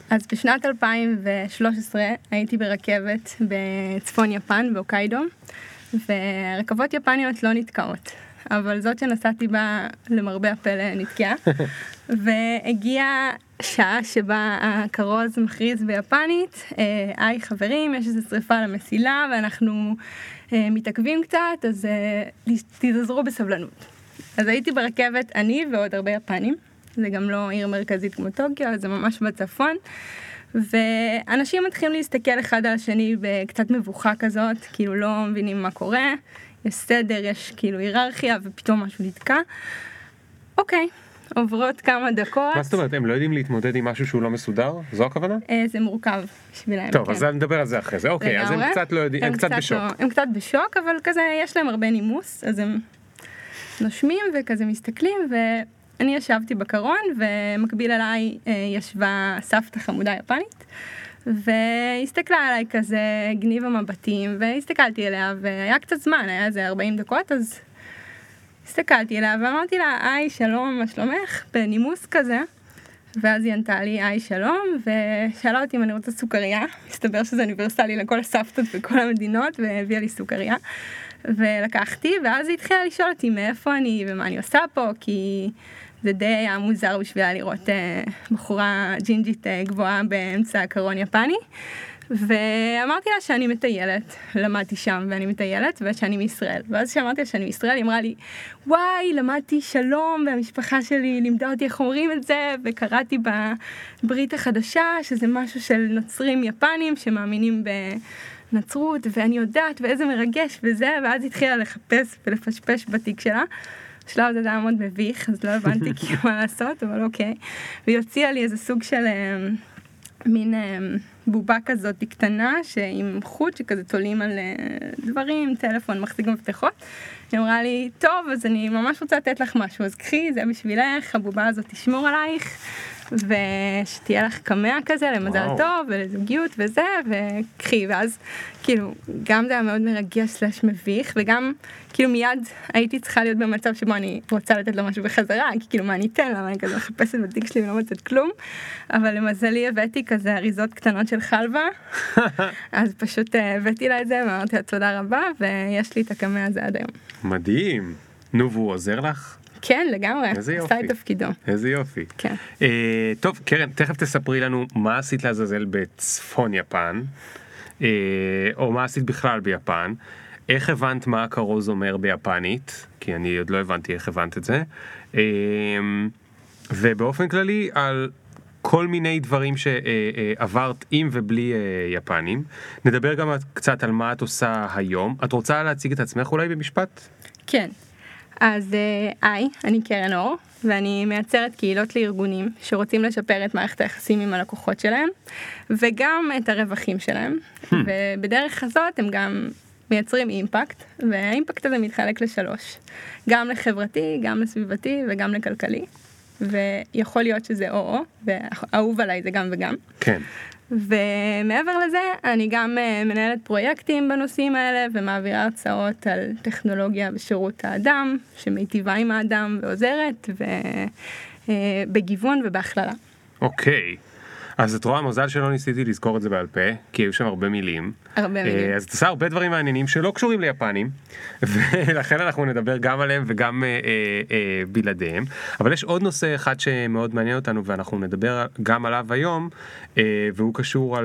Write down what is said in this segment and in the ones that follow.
אז בשנת 2013 הייתי ברכבת בצפון יפן, בהוקיידו, ורכבות יפניות לא נתקעות, אבל זאת שנסעתי בה למרבה הפלא נתקעה, והגיעה שעה שבה הכרוז מכריז ביפנית, היי חברים, יש איזו שריפה על המסילה ואנחנו מתעכבים קצת, אז תתעזרו בסבלנות. אז הייתי ברכבת אני ועוד הרבה יפנים, זה גם לא עיר מרכזית כמו טוקיו, זה ממש בצפון, ואנשים מתחילים להסתכל אחד על השני בקצת מבוכה כזאת, כאילו לא מבינים מה קורה, יש סדר, יש כאילו היררכיה, ופתאום משהו נתקע. אוקיי, עוברות כמה דקות. מה זאת אומרת, הם לא יודעים להתמודד עם משהו שהוא לא מסודר? זו הכוונה? זה מורכב בשבילם. טוב, אז נדבר על זה אחרי זה. אוקיי, אז הם קצת לא יודעים, הם קצת בשוק. הם קצת בשוק, אבל כזה יש להם הרבה נימוס, אז הם נושמים וכזה מסתכלים, ואני ישבתי בקרון, ומקביל אליי ישבה סבתא חמודה יפנית, והסתכלה עליי כזה גניבה מבטים, והסתכלתי אליה, והיה קצת זמן, היה איזה 40 דקות, אז הסתכלתי אליה, ואמרתי לה, היי, שלום, מה שלומך? בנימוס כזה, ואז היא ענתה לי, היי, שלום, ושאלה אותי אם אני רוצה סוכריה, מסתבר שזה אוניברסלי לכל הסבתות בכל המדינות, והביאה לי סוכריה, ולקחתי, ואז היא התחילה לשאול אותי מאיפה אני, ומה אני עושה פה, כי זה די היה מוזר בשבילה לראות בחורה ג'ינג'ית גבוהה באמצע הקרון יפני, ואמרתי לה שאני מטיילת, למדתי שם ואני מטיילת, ושאני מישראל. ואז שאמרתי לה שאני מישראל, היא אמרה לי, וואי, למדתי שלום, והמשפחה שלי לימדה אותי איך אומרים את זה, וקראתי בברית החדשה, שזה משהו של נוצרים יפנים שמאמינים בנצרות, ואני יודעת, ואיזה מרגש וזה, ואז התחילה לחפש ולפשפש בתיק שלה. בשלב זה היה מאוד מביך, אז לא הבנתי כאילו מה לעשות, אבל אוקיי. והיא הוציאה לי איזה סוג של מין בובה כזאת קטנה, עם חוט שכזה תולים על דברים, טלפון, מחזיק מפתחות. היא אמרה לי, טוב, אז אני ממש רוצה לתת לך משהו, אז קחי, זה בשבילך, הבובה הזאת תשמור עלייך, ושתהיה לך קמע כזה למזל טוב, ולזוגיות וזה, וקחי, ואז כאילו, גם זה היה מאוד מרגש סלש מביך, וגם כאילו מיד הייתי צריכה להיות במצב שבו אני רוצה לתת לו משהו בחזרה, כי כאילו מה אני אתן לה, אני כזה מחפשת בתיק שלי ולא מוצאת כלום, אבל למזלי הבאתי כזה אריזות קטנות של חלבה, אז פשוט הבאתי לה את זה, ואמרתי לה תודה רבה, ויש לי את הקמע הזה עד היום. מדהים. נו, והוא עוזר לך? כן, לגמרי. עשה את תפקידו. איזה יופי. כן. טוב, קרן, תכף תספרי לנו מה עשית לעזאזל בצפון יפן, או מה עשית בכלל ביפן, איך הבנת מה הכרוז אומר ביפנית, כי אני עוד לא הבנתי איך הבנת את זה, ובאופן כללי על כל מיני דברים שעברת עם ובלי יפנים. נדבר גם קצת על מה את עושה היום. את רוצה להציג את עצמך אולי במשפט? כן. אז אני קרן אור, ואני מייצרת קהילות לארגונים שרוצים לשפר את מערכת היחסים עם הלקוחות שלהם, וגם את הרווחים שלהם. ובדרך הזאת הם גם מייצרים אימפקט, והאימפקט הזה מתחלק לשלוש. גם לחברתי, גם לסביבתי וגם לכלכלי. ויכול להיות שזה או, ואהוב עליי זה גם וגם. כן. ומעבר לזה, אני גם מנהלת פרויקטים בנושאים האלה, ומעבירה הרצאות על טכנולוגיה ושירות האדם, שמיטיבה עם האדם ועוזרת, ובגיוון ובהכללה. אוקיי. אז את רואה, מזל שלא ניסיתי לזכור את זה בעל פה, כי היו שם הרבה מילים. הרבה מילים. אז את עושה הרבה דברים מעניינים שלא קשורים ליפנים, ולכן אנחנו נדבר גם עליהם וגם בלעדיהם. אבל יש עוד נושא אחד שמאוד מעניין אותנו, ואנחנו נדבר גם עליו היום, והוא קשור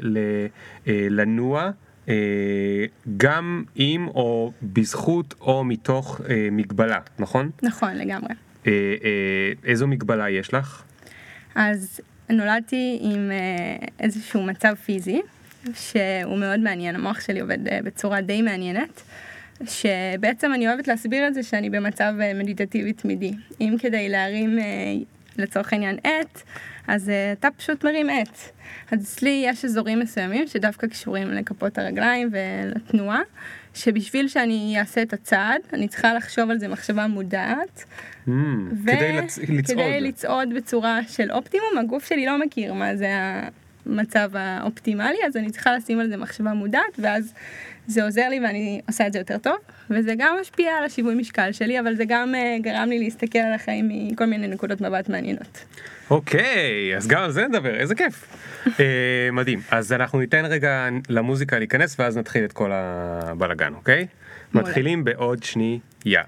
לנוע, גם עם או בזכות או מתוך מגבלה, נכון? נכון, לגמרי. איזו מגבלה יש לך? אז נולדתי עם איזשהו מצב פיזי, שהוא מאוד מעניין, המוח שלי עובד בצורה די מעניינת, שבעצם אני אוהבת להסביר את זה שאני במצב מדיטטיבי תמידי. אם כדי להרים לצורך העניין עט, אז אתה פשוט מרים עט. אז אצלי יש אזורים מסוימים שדווקא קשורים לכפות הרגליים ולתנועה, שבשביל שאני אעשה את הצעד, אני צריכה לחשוב על זה מחשבה מודעת, כדי לצעוד. כדי לצעוד בצורה של אופטימום, הגוף שלי לא מכיר מה זה המצב האופטימלי, אז אני צריכה לשים על זה מחשבה מודעת, ואז זה עוזר לי ואני עושה את זה יותר טוב, וזה גם משפיע על השיווי משקל שלי, אבל זה גם גרם לי להסתכל על החיים מכל מיני נקודות מבט מעניינות. אוקיי, אז גם על זה נדבר, איזה כיף. מדהים, אז אנחנו ניתן רגע למוזיקה להיכנס, ואז נתחיל את כל הבלגן, אוקיי? מתחילים בעוד שנייה.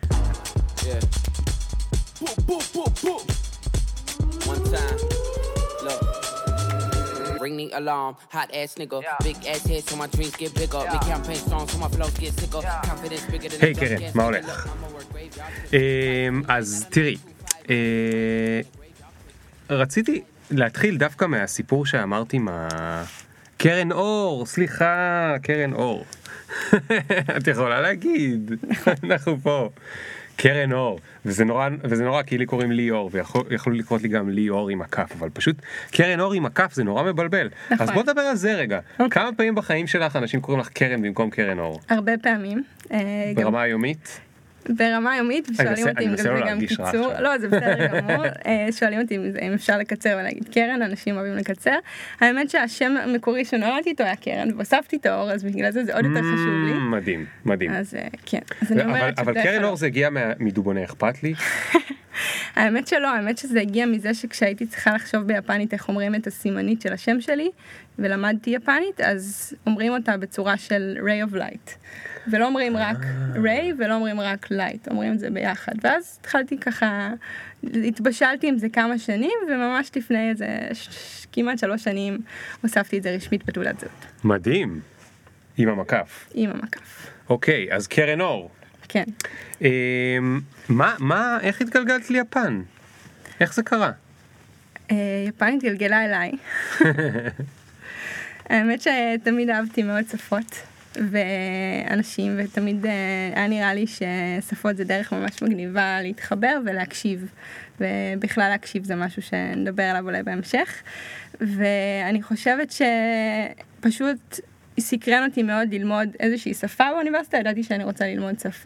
Ring the alarm, hot ass nigga, big ass head so my dreams get bigger, make campaign strong so my flows get sicker, confidence bigger than היי קרן, מה הולך? אז תראי, רציתי להתחיל דווקא מהסיפור שאמרתי קרן אור, סליחה, קרן אור. את יכולה להגיד, אנחנו פה. קרן אור, וזה נורא כי לי קוראים לי אור, ויכולו לקרות לי גם לי אור עם הכף, אבל פשוט קרן אור עם הכף זה נורא מבלבל. אז בוא נדבר על זה רגע. כמה פעמים בחיים שלך אנשים קוראים לך קרן במקום קרן אור? הרבה פעמים. ברמה היומית? ברמה היומית, ושואלים אותי אם זה גם קיצור. לא, זה בסדר גמור. שואלים אותי אם אפשר לקצר ולהגיד קרן, אנשים אוהבים לקצר. האמת שהשם המקורי שנולדתי איתו היה קרן, והוספתי את האור, אז בגלל זה עוד יותר חשוב לי. מדהים, מדהים. אז כן. אבל קרן אור זה הגיע מדובוני אכפת לי? האמת שלא, האמת שזה הגיע מזה שכשהייתי צריכה לחשוב ביפנית איך אומרים את הסימנית של השם שלי, ולמדתי יפנית, אז אומרים אותה בצורה של ray of light. ולא אומרים רק ray, ולא אומרים רק light, אומרים את זה ביחד. ואז התחלתי ככה, התבשלתי עם זה כמה שנים, וממש לפני איזה כמעט 3 שנים, הוספתי את זה רשמית בתעודת זהות. מדהים. עם המקף. עם המקף. אוקיי, אז קרן אור. כן. איך התגלגלת ליפן? איך זה קרה? יפן התגלגלה אליי. האמת שתמיד אהבתי מאוד שפות ואנשים, ותמיד היה נראה לי ששפות זה דרך ממש מגניבה להתחבר ולהקשיב, ובכלל להקשיב זה משהו שנדבר עליו אולי בהמשך, ואני חושבת שפשוט סקרן אותי מאוד ללמוד איזושהי שפה באוניברסיטה, ידעתי שאני רוצה ללמוד שפה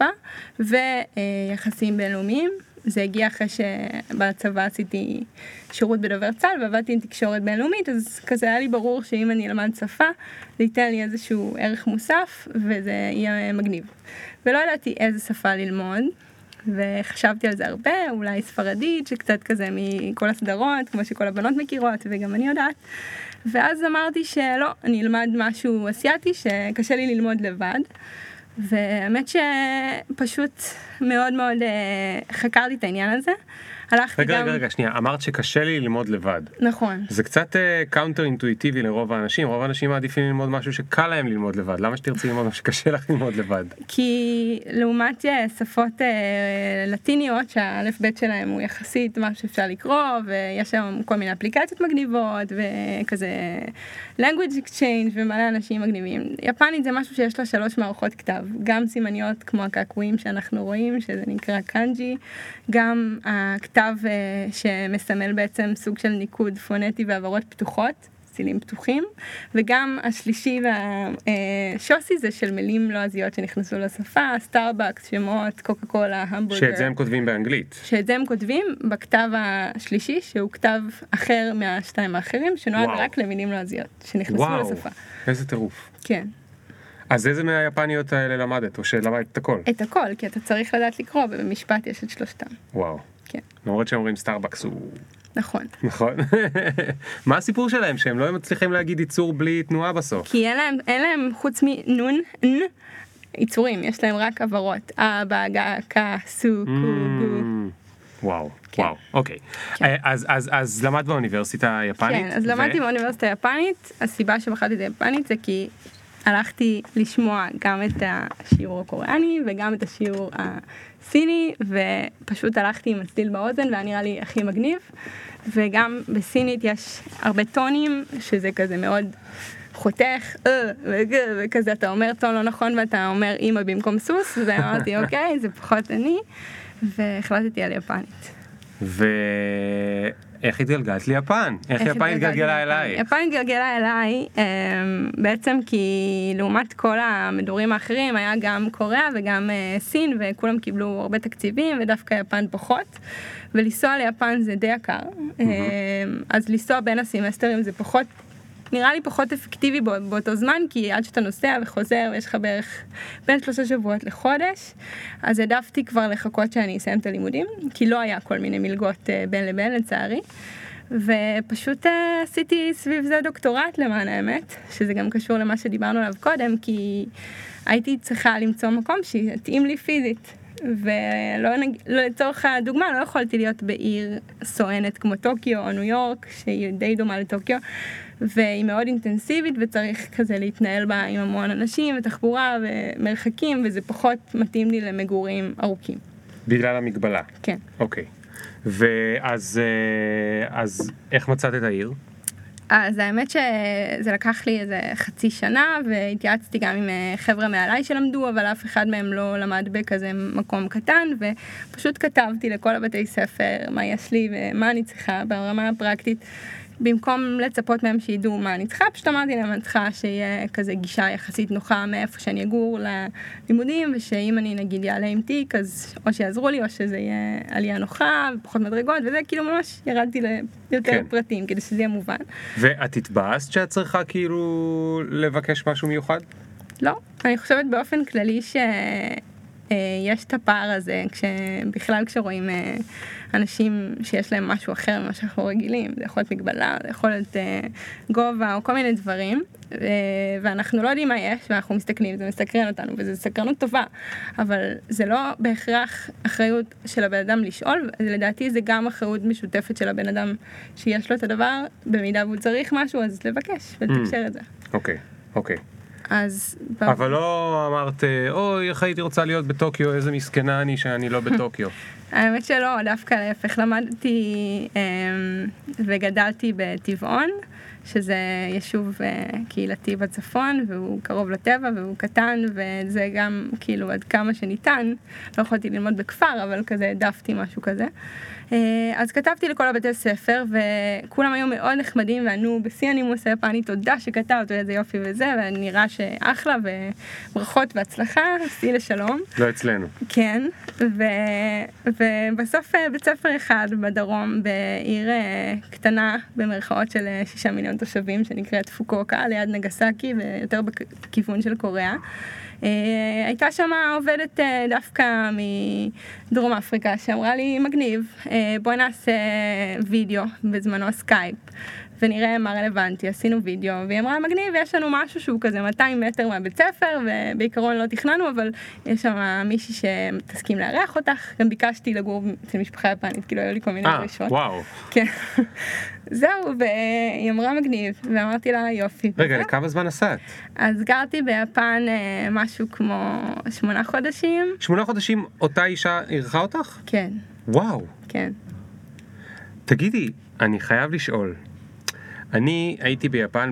ויחסים בינלאומיים. זה הגיע אחרי שבצבא עשיתי שירות בדובר צה"ל ועבדתי עם תקשורת בינלאומית, אז כזה היה לי ברור שאם אני אלמד שפה, זה ייתן לי איזשהו ערך מוסף וזה יהיה מגניב. ולא ידעתי איזה שפה ללמוד, וחשבתי על זה הרבה, אולי ספרדית, שקצת כזה מכל הסדרות, כמו שכל הבנות מכירות וגם אני יודעת. ואז אמרתי שלא, אני אלמד משהו אסיאתי שקשה לי ללמוד לבד. והאמת שפשוט מאוד מאוד חקרתי את העניין הזה. רגע, שנייה, אמרת שקשה לי ללמוד לבד. נכון. זה קצת קאונטר אינטואיטיבי לרוב האנשים, רוב האנשים מעדיפים ללמוד משהו שקל להם ללמוד לבד, למה שתרצי ללמוד משהו שקשה לך ללמוד לבד? כי לעומת שפות לטיניות, שהאלף בית שלהם הוא יחסית מה שאפשר לקרוא, ויש שם כל מיני אפליקציות מגניבות, וכזה language exchange ומלא אנשים מגניבים. יפנית זה משהו שיש לה 3 מערכות כתב, גם סימניות כמו הקעקועים שאנחנו רואים, שזה נקרא קאנג'י, גם הכתב שמסמל בעצם סוג של ניקוד פונטי ועברות פתוחות, סילים פתוחים, וגם השלישי והשוסי זה של מילים לועזיות שנכנסו לשפה, סטארבקס, שמות, קוקה קולה, המבורגר. שאת זה הם כותבים באנגלית. שאת זה הם כותבים בכתב השלישי, שהוא כתב אחר מהשתיים האחרים, שנועד רק למילים לועזיות שנכנסו לשפה. איזה טירוף. כן. אז איזה מהיפניות האלה למדת, או שלמדת את הכל? את הכל, כי אתה צריך לדעת לקרוא, ובמשפט יש את 3. וואו. כן. למרות שאומרים סטארבקס הוא... נכון. נכון. מה הסיפור שלהם? שהם לא מצליחים להגיד ייצור בלי תנועה בסוף? כי אין להם חוץ מנון, ייצורים, יש להם רק עברות. אבא, גא, קא, סו, קו, גו. וואו, וואו, אוקיי. אז למדת באוניברסיטה היפנית? כן, אז למדתי באוניברסיטה היפנית. הסיבה שבחרתי את היפנית זה כי הלכתי לשמוע גם את השיעור הקוריאני וגם את השיעור הסיני, ופשוט הלכתי עם הצליל באוזן והיה נראה לי הכי מגניב. וגם בסינית יש הרבה טונים שזה כזה מאוד חותך, וכזה אתה אומר טון לא נכון ואתה אומר אמא במקום סוס, ואמרתי אוקיי, זה פחות אני, והחלטתי על יפנית. איך התגלגלת ליפן? איך יפן התגלגלה אליי? יפן התגלגלה אליי בעצם כי לעומת כל המדורים האחרים היה גם קוריאה וגם סין, וכולם קיבלו הרבה תקציבים ודווקא יפן פחות, ולנסוע ליפן זה די יקר, אז לנסוע בין הסמסטרים זה פחות נראה לי פחות אפקטיבי באותו זמן, כי עד שאתה נוסע וחוזר, ויש לך בערך בין 3 שבועות לחודש, אז העדפתי כבר לחכות שאני אסיים את הלימודים, כי לא היה כל מיני מלגות בין לבין, לצערי. ופשוט עשיתי סביב זה דוקטורט למען האמת, שזה גם קשור למה שדיברנו עליו קודם, כי הייתי צריכה למצוא מקום שיתאים לי פיזית. ולצורך הדוגמה, לא יכולתי להיות בעיר סואנת כמו טוקיו או ניו יורק, שהיא די דומה לטוקיו, והיא מאוד אינטנסיבית וצריך כזה להתנהל בה עם המון אנשים ותחבורה ומרחקים, וזה פחות מתאים לי למגורים ארוכים. בגלל המגבלה? כן. אוקיי. ואז איך מצאת את העיר? אז האמת שזה לקח לי איזה חצי שנה, והתייעצתי גם עם חבר'ה מעליי שלמדו, אבל אף אחד מהם לא למד בכזה מקום קטן, ופשוט כתבתי לכל הבתי ספר מה יש לי ומה אני צריכה ברמה הפרקטית. במקום לצפות מהם שידעו מה אני צריכה, פשוט אמרתי להם, אני צריכה שיהיה כזה גישה יחסית נוחה מאיפה שאני אגור ללימודים, ושאם אני נגיד יעלה עם תיק, אז או שיעזרו לי, או שזה יהיה עלייה נוחה, ופחות מדרגות, וזה כאילו ממש ירדתי ליותר כן. פרטים, כדי שזה יהיה מובן. ואת התבאסת שאת צריכה כאילו לבקש משהו מיוחד? לא, אני חושבת באופן כללי יש את הפער הזה, בכלל כשרואים אנשים שיש להם משהו אחר ממה שאנחנו רגילים, זה יכול להיות מגבלה, זה יכול להיות גובה או כל מיני דברים, ואנחנו לא יודעים מה יש, ואנחנו מסתכלים, זה מסקרן אותנו, וזו סקרנות טובה, אבל זה לא בהכרח אחריות של הבן אדם לשאול, לדעתי זה גם אחריות משותפת של הבן אדם שיש לו את הדבר, במידה והוא צריך משהו, אז לבקש ולתקשר את זה. אוקיי. אז אבל לא אמרת, אוי, איך הייתי רוצה להיות בטוקיו, איזה מסכנה אני שאני לא בטוקיו. האמת שלא, דווקא להפך, למדתי וגדלתי בטבעון, שזה יישוב קהילתי בצפון, והוא קרוב לטבע, והוא קטן, וזה גם כאילו עד כמה שניתן, לא יכולתי ללמוד בכפר, אבל כזה העדפתי משהו כזה. אז כתבתי לכל הבתי ספר, וכולם היו מאוד נחמדים, וענו בשיא הנימוס היפני, תודה שכתבת, איזה יופי וזה, ונראה שאחלה, וברכות והצלחה, שיא לשלום. לא אצלנו. כן, ובסוף בית ספר אחד בדרום, בעיר קטנה, במרכאות של 6 מיליון תושבים, שנקראת פוקוקה, ליד נגסקי, ויותר בכיוון של קוריאה. הייתה שם עובדת דווקא מדרום אפריקה שאמרה לי מגניב, בואי נעשה וידאו בזמנו סקייפ ונראה מה רלוונטי, עשינו וידאו, והיא אמרה מגניב, יש לנו משהו שהוא כזה 200 מטר מהבית ספר, ובעיקרון לא תכננו, אבל יש שם מישהי שתסכים לארח אותך, גם ביקשתי לגור אצל משפחה יפנית, כאילו היו לי כל מיני דרישות. וואו. כן. זהו, והיא אמרה מגניב, ואמרתי לה יופי. רגע, לכמה זמן נסעת? אז גרתי ביפן משהו כמו 8 חודשים. 8 חודשים אותה אישה ערכה אותך? כן. וואו. כן. תגידי, אני חייב לשאול. אני הייתי ביפן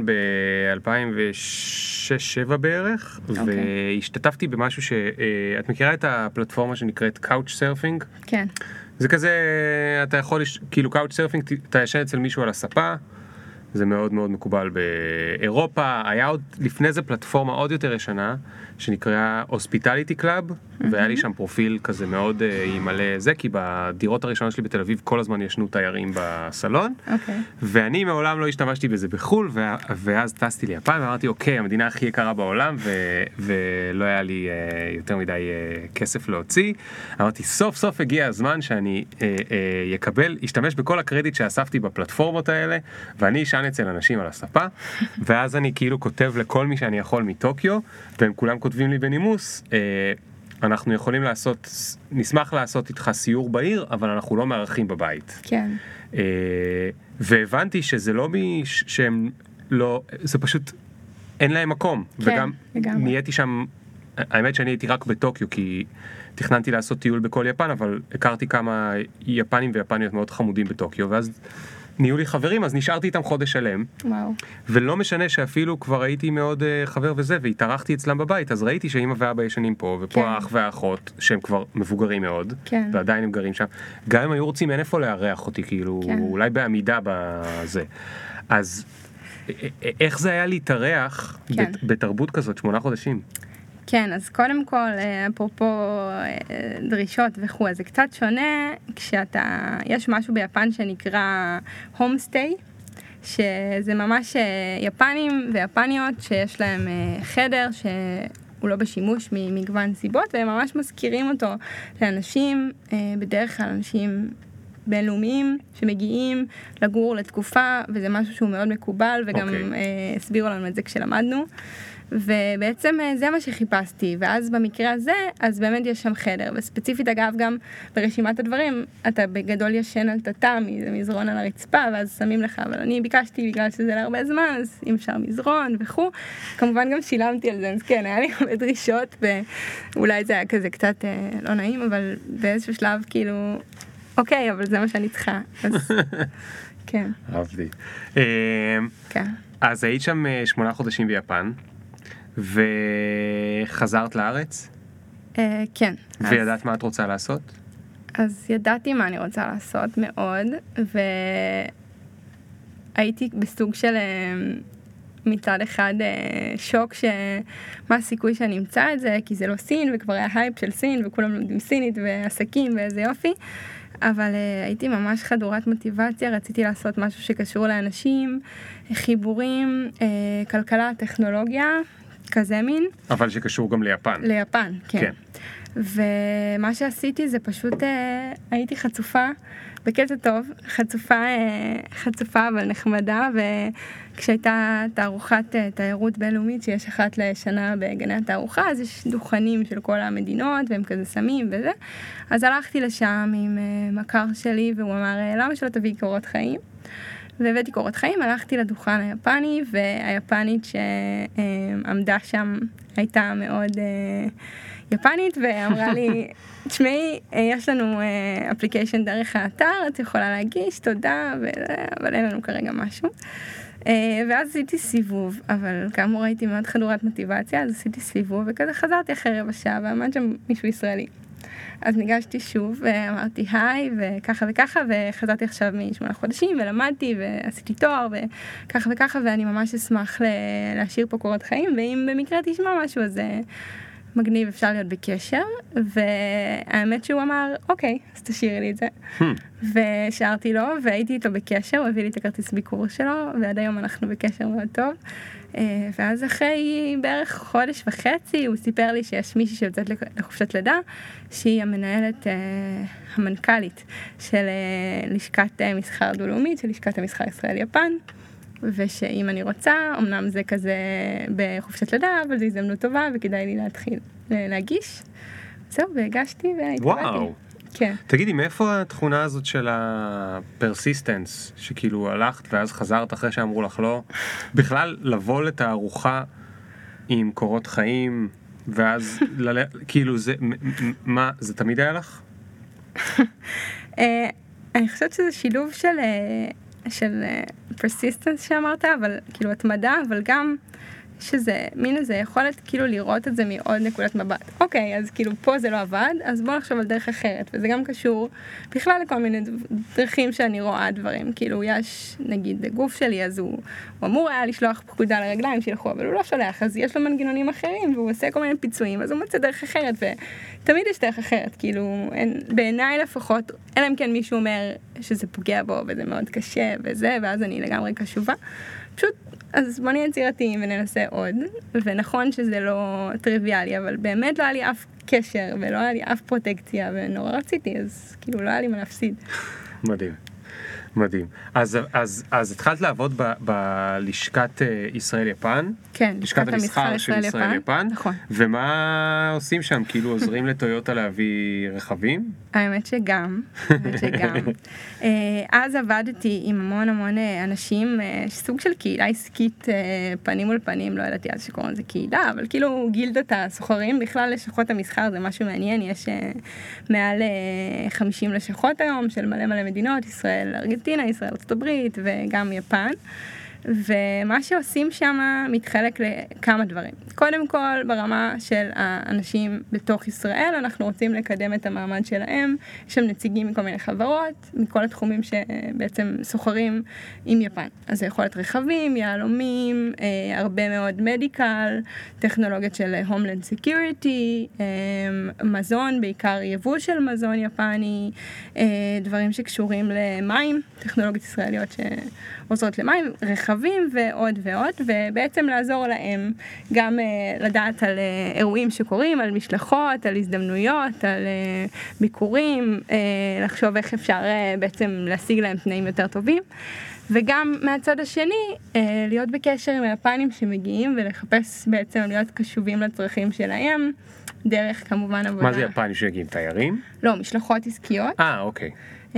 ב-2006-2007 בערך, והשתתפתי במשהו שאת מכירה את הפלטפורמה שנקראת קאוץ' סרפינג? כן. זה כזה, אתה יכול, כאילו קאוץ' סרפינג, אתה ישן אצל מישהו על הספה, זה מאוד מאוד מקובל באירופה, היה עוד לפני זה פלטפורמה עוד יותר ישנה, שנקראה Hospitality Club, והיה לי שם פרופיל כזה מאוד מלא זה, כי בדירות הראשונות שלי בתל אביב כל הזמן ישנו תיירים בסלון, ואני מעולם לא השתמשתי בזה בחול, ואז טסתי ליפן, ואמרתי, אוקיי, המדינה הכי יקרה בעולם, ולא היה לי יותר מדי כסף להוציא, אמרתי, סוף סוף הגיע הזמן שאני אשתמש בכל הקרדיט שאספתי בפלטפורמות האלה, ואני אשן אצל אנשים על הספה, ואז אני כאילו כותב לכל מי שאני יכול מטוקיו, והם כולם כותבים לי בנימוס, אנחנו יכולים נשמח לעשות איתך סיור בעיר, אבל אנחנו לא מארחים בבית. כן. והבנתי שזה לא שהם לא, זה פשוט, אין להם מקום. כן, וגם נהייתי שם, האמת שאני הייתי רק בטוקיו, כי תכננתי לעשות טיול בכל יפן, אבל הכרתי כמה יפנים ויפניות מאוד חמודים בטוקיו, ואז נהיו לי חברים, אז נשארתי איתם חודש שלם. וואו. ולא משנה שאפילו כבר הייתי מאוד חבר וזה, והתארחתי אצלם בבית, אז ראיתי שאמא ואבא ישנים פה, ופה כן. האח והאחות, שהם כבר מבוגרים מאוד, כן. ועדיין הם גרים שם. גם הם היו רוצים אין איפה לארח אותי, כאילו, כן. אולי בעמידה בזה. אז איך זה היה להתארח כן. בתרבות כזאת 8 חודשים? כן, אז קודם כל, אפרופו דרישות וכו', זה קצת שונה יש משהו ביפן שנקרא הום סטי, שזה ממש יפנים ויפניות שיש להם חדר שהוא לא בשימוש ממגוון סיבות, והם ממש מזכירים אותו לאנשים, בדרך כלל אנשים בינלאומיים שמגיעים לגור לתקופה, וזה משהו שהוא מאוד מקובל, וגם הסבירו לנו את זה כשלמדנו. ובעצם זה מה שחיפשתי, ואז במקרה הזה, אז באמת יש שם חדר, וספציפית אגב גם ברשימת הדברים, אתה בגדול ישן על תטמי, זה מזרון על הרצפה, ואז שמים לך, אבל אני ביקשתי בגלל שזה להרבה זמן, אז אם אפשר מזרון וכו', כמובן גם שילמתי על זה, אז כן, היה לי הרבה דרישות, ואולי זה היה כזה קצת לא נעים, אבל באיזשהו שלב כאילו, אוקיי, אבל זה מה שאני צריכה, אז כן. אהבתי. כן. אז היית שם 8 חודשים ביפן, וחזרת לארץ? כן. וידעת מה את רוצה לעשות? אז ידעתי מה אני רוצה לעשות מאוד, והייתי בסוג של מצד אחד שוק מה הסיכוי שאני אמצא את זה, כי זה לא סין, וכבר היה הייפ של סין, וכולם לומדים סינית ועסקים ואיזה יופי, אבל הייתי ממש חדורת מוטיבציה, רציתי לעשות משהו שקשור לאנשים, חיבורים, כלכלה, טכנולוגיה, כזה מין. אבל שקשור גם ליפן. ליפן, כן. כן. ומה שעשיתי זה פשוט, הייתי חצופה, בקטע טוב, חצופה אבל נחמדה, וכשהייתה תערוכת תיירות בינלאומית שיש אחת לשנה בגני התערוכה, אז יש דוכנים של כל המדינות, והם כזה שמים וזה. אז הלכתי לשם עם מכר שלי, והוא אמר, למה שלא תביא קורות חיים? והבאתי קורות חיים, הלכתי לדוכן היפני, והיפנית שעמדה שם הייתה מאוד יפנית, ואמרה לי, תשמעי, יש לנו אפליקיישן דרך האתר, את יכולה להגיש, תודה, אבל אין לנו כרגע משהו. ואז עשיתי סיבוב, אבל כאמור הייתי מאוד חדורת מוטיבציה, אז עשיתי סיבוב, וכזה חזרתי אחרי רבע שעה, ועמד שם מישהו ישראלי. אז ניגשתי שוב, ואמרתי היי, וככה וככה, וחזרתי עכשיו מ8 חודשים, ולמדתי, ועשיתי תואר, וככה וככה, ואני ממש אשמח להשאיר פה קורות חיים, ואם במקרה תשמע משהו, אז מגניב, אפשר להיות בקשר, והאמת שהוא אמר, אוקיי, אז תשאירי לי את זה. ושארתי לו, והייתי איתו בקשר, הוא הביא לי את הכרטיס ביקור שלו, ועד היום אנחנו בקשר מאוד טוב. ואז אחרי בערך חודש וחצי, הוא סיפר לי שיש מישהי שיוצאת לחופשת לידה, שהיא המנהלת, המנכ"לית של לשכת מסחר דו-לאומית, של לשכת המסחר ישראל-יפן, ושאם אני רוצה, אמנם זה כזה בחופשת לידה, אבל זו הזדמנות טובה, וכדאי לי להתחיל להגיש. זהו, והגשתי והתקבלתי. וואו. כן. תגידי, מאיפה התכונה הזאת של הפרסיסטנס, שכאילו הלכת ואז חזרת אחרי שאמרו לך לא, בכלל לבוא לתערוכה עם קורות חיים, ואז כאילו זה, מה, זה תמיד היה לך? אני חושבת שזה שילוב של פרסיסטנס שאמרת, אבל כאילו התמדה, אבל גם שזה מין איזה יכולת כאילו לראות את זה מעוד נקודת מבט. אוקיי, אז כאילו פה זה לא עבד, אז בוא נחשוב על דרך אחרת, וזה גם קשור בכלל לכל מיני דרכים שאני רואה דברים. כאילו יש, נגיד, גוף שלי, אז הוא אמור היה לשלוח פקודה לרגליים שילכו, אבל הוא לא שולח, אז יש לו מנגנונים אחרים, והוא עושה כל מיני פיצויים, אז הוא מוצא דרך אחרת, ותמיד יש דרך אחרת. כאילו, בעיניי לפחות, אלא אם כן מישהו אומר שזה פוגע בו, וזה מאוד קשה, וזה, ואז אני לגמרי קשובה. פשוט, אז בוא נהיה יצירתיים וננסה עוד, ונכון שזה לא טריוויאלי, אבל באמת לא היה לי אף קשר, ולא היה לי אף פרוטקציה, ונורא רציתי, אז כאילו לא היה לי מה להפסיד. מדהים, מדהים. אז התחלת לעבוד בלשכת ישראל-יפן? כן, לשכת המסחר של ישראל-יפן. נכון. ומה עושים שם? כאילו עוזרים לטויוטה להביא רכבים? האמת שגם. אז עבדתי עם המון אנשים, סוג של קהילה עסקית פנים מול פנים, לא ידעתי אז שקוראים לזה קהילה, אבל כאילו גילדת הסוחרים, בכלל לשכות המסחר זה משהו מעניין, יש מעל 50 לשכות היום של מלא מדינות, ישראל, ארגנטינה, ישראל, ארצות הברית וגם יפן. ומה שעושים שם מתחלק לכמה דברים. קודם כל, ברמה של האנשים בתוך ישראל, אנחנו רוצים לקדם את המעמד שלהם. יש שם נציגים מכל מיני חברות, מכל התחומים שבעצם סוחרים עם יפן. אז זה יכול להיות רכבים, יהלומים, הרבה מאוד מדיקל, טכנולוגיות של Homeland Security, מזון, בעיקר יבוא של מזון יפני, דברים שקשורים למים, טכנולוגיות ישראליות עוזרות למים, רכבים ועוד ועוד, ובעצם לעזור להם גם לדעת על אירועים שקורים, על משלחות, על הזדמנויות, על ביקורים, לחשוב איך אפשר בעצם להשיג להם תנאים יותר טובים. וגם מהצד השני, להיות בקשר עם היפנים שמגיעים ולחפש בעצם להיות קשובים לצרכים שלהם, דרך כמובן עבודה. מה זה יפנים שמגיעים? תיירים? לא, משלחות עסקיות. אוקיי.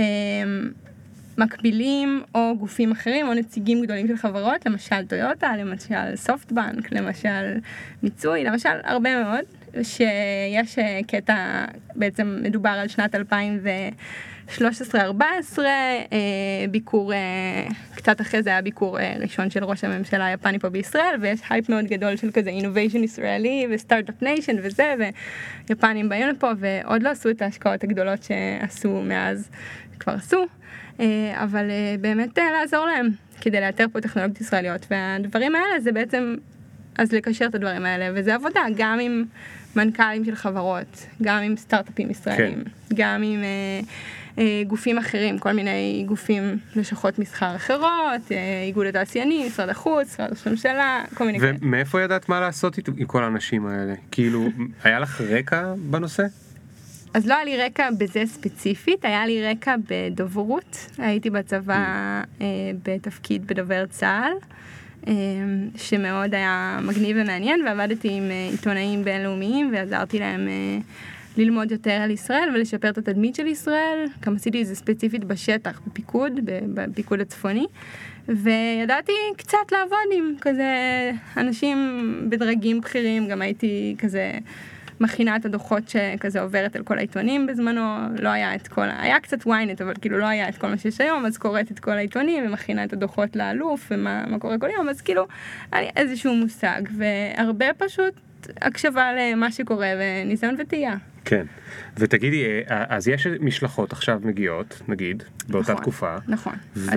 מקבילים או גופים אחרים או נציגים גדולים של חברות, למשל טויוטה, למשל סופטבנק, למשל מיצוי, למשל הרבה מאוד, שיש קטע, בעצם מדובר על שנת 2013-2014, ביקור, קצת אחרי זה היה ביקור ראשון של ראש הממשלה היפני פה בישראל, ויש הייפ מאוד גדול של כזה innovation ישראלי וסטארט-אפ ניישן וזה, ויפנים באים לפה ועוד לא עשו את ההשקעות הגדולות שעשו מאז, כבר עשו. אבל באמת לעזור להם כדי לאתר פה טכנולוגיות ישראליות, והדברים האלה זה בעצם, אז לקשר את הדברים האלה, וזה עבודה גם עם מנכ"לים של חברות, גם עם סטארט-אפים ישראלים, כן. גם עם גופים אחרים, כל מיני גופים, לשכות מסחר אחרות, איגוד התעשיינים, משרד החוץ, משרד ראש הממשלה, כל מיני כאלה. ומאיפה ידעת מה לעשות עם כל האנשים האלה? כאילו, היה לך רקע בנושא? אז לא היה לי רקע בזה ספציפית, היה לי רקע בדוברות, הייתי בצבא בתפקיד בדובר צה"ל, שמאוד היה מגניב ומעניין, ועבדתי עם עיתונאים בינלאומיים, ועזרתי להם ללמוד יותר על ישראל ולשפר את התדמית של ישראל, גם עשיתי את זה ספציפית בשטח, בפיקוד הצפוני, וידעתי קצת לעבוד עם כזה אנשים בדרגים בכירים, גם הייתי כזה מכינה את הדוחות שכזה עוברת על כל העיתונים בזמנו, לא היה את כל, היה קצת וויינט, אבל כאילו לא היה את כל מה שיש היום, אז קוראת את כל העיתונים ומכינה את הדוחות לאלוף ומה קורה כל יום, אז כאילו היה לי איזשהו מושג, והרבה פשוט הקשבה למה שקורה וניסיון וטעייה. כן, ותגידי, אז יש משלחות עכשיו מגיעות, נגיד, באותה תקופה. נכון.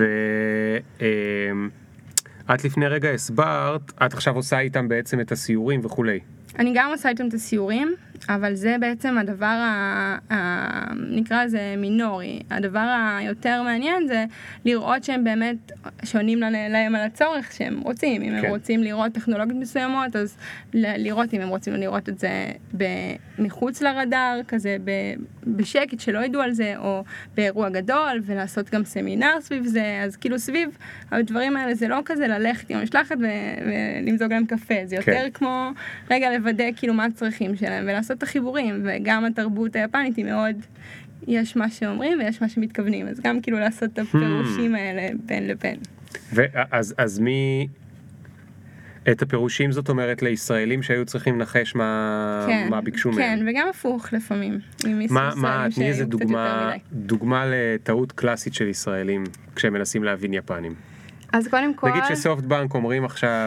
את לפני רגע הסברת, את עכשיו עושה איתם בעצם את הסיורים וכולי. אני גם עושה איתם את הסיורים, אבל זה בעצם הדבר, נקרא לזה מינורי. הדבר היותר מעניין זה לראות שהם באמת שונים להם על הצורך שהם רוצים. אם הם רוצים לראות טכנולוגיות מסוימות, אז לראות אם הם רוצים לראות את זה מחוץ לרדאר, כזה בשקט שלא ידעו על זה, או באירוע גדול, ולעשות גם סמינר סביב זה. אז כאילו סביב הדברים האלה זה לא כזה ללכת עם המשלחת ולמזוג להם קפה. זה יותר כמו רגע לוודא כאילו מה הצרכים שלהם ולעשות את החיבורים, וגם התרבות היפנית היא מאוד, יש מה שאומרים ויש מה שמתכוונים, אז גם כאילו לעשות את הפירושים האלה בין לבין. אז מי, את הפירושים זאת אומרת לישראלים שהיו צריכים לנחש מה ביקשו מהם? כן, וגם הפוך לפעמים. תני איזה דוגמה לטעות קלאסית של ישראלים כשהם מנסים להבין יפנים. אז קודם כל, נגיד שסופטבנק אומרים עכשיו,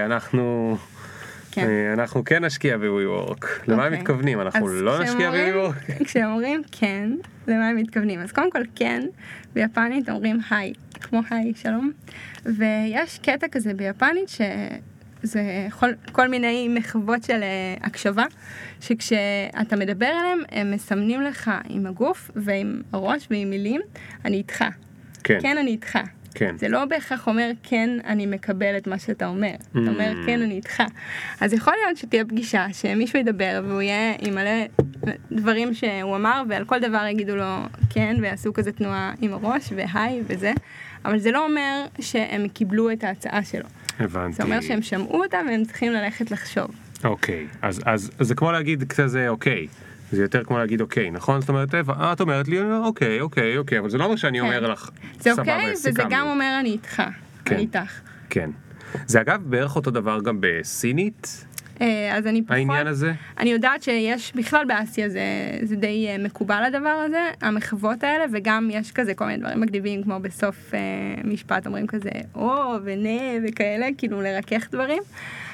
אנחנו כן נשקיע ב-WeWork. למה הם מתכוונים? אנחנו לא נשקיע ב-WeWork? כשאומרים כן, למה הם מתכוונים? אז קודם כל כן, ביפנית אומרים היי, כמו היי, שלום. ויש קטע כזה ביפנית שזה כל מיני מחוות של הקשבה, שכשאתה מדבר עליהם, הם מסמנים לך עם הגוף ועם הראש ועם מילים, אני איתך. כן, אני איתך. כן. זה לא בהכרח אומר כן אני מקבל את מה שאתה אומר, אתה אומר כן אני איתך. אז יכול להיות שתהיה פגישה שמישהו ידבר והוא יהיה עם מלא דברים שהוא אמר, ועל כל דבר יגידו לו כן ויעשו כזה תנועה עם הראש והי וזה, אבל זה לא אומר שהם קיבלו את ההצעה שלו. הבנתי. זה אומר שהם שמעו אותה והם צריכים ללכת לחשוב. אוקיי, אז זה כמו להגיד כזה אוקיי. זה יותר כמו להגיד אוקיי, נכון? זאת אומרת, את אומרת לי אוקיי, אבל זה לא אומר שאני אומר לך זה אוקיי, וזה גם אומר אני איתך, אני איתך. כן. זה אגב בערך אותו דבר גם בסינית? אז אני פחות, העניין הזה? אני יודעת שיש בכלל באסיה זה די מקובל הדבר הזה, המחוות האלה, וגם יש כזה כל מיני דברים מגניבים, כמו בסוף משפט אומרים כזה או ונה וכאלה, כאילו לרכך דברים.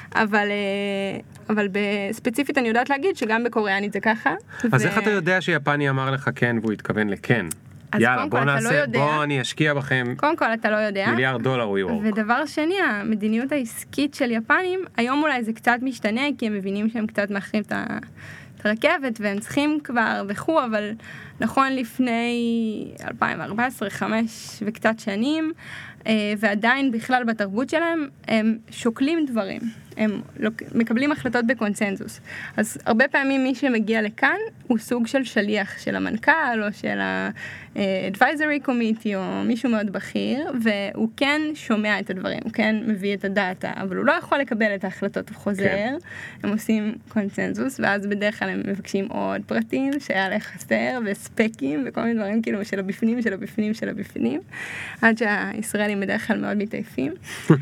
אבל בספציפית אני יודעת להגיד שגם בקוריאנית זה ככה. אז איך אתה יודע שיפני אמר לך כן והוא התכוון לכן? יאללה, בוא אני אשקיע בכם. קודם כל אתה לא יודע. $1 מיליארד WeWork. ודבר שני, המדיניות העסקית של יפנים, היום אולי זה קצת משתנה, כי הם מבינים שהם קצת מאחרים את הרכבת, והם צריכים כבר וכו', אבל נכון לפני 2014, 2005 וקצת שנים, ועדיין בכלל בתרבות שלהם הם שוקלים דברים, הם מקבלים החלטות בקונצנזוס. אז הרבה פעמים מי שמגיע לכאן הוא סוג של שליח של המנכ"ל או של ה-advisory committee או מישהו מאוד בכיר, והוא כן שומע את הדברים, הוא כן מביא את הדאטה, אבל הוא לא יכול לקבל את ההחלטות וחוזר, כן. הם עושים קונצנזוס, ואז בדרך כלל הם מבקשים עוד פרטים שהיה לך חסר, וספקים וכל מיני דברים כאילו של הבפנים, של הבפנים, של הבפנים, עד שהישראלים בדרך כלל מאוד מתעייפים.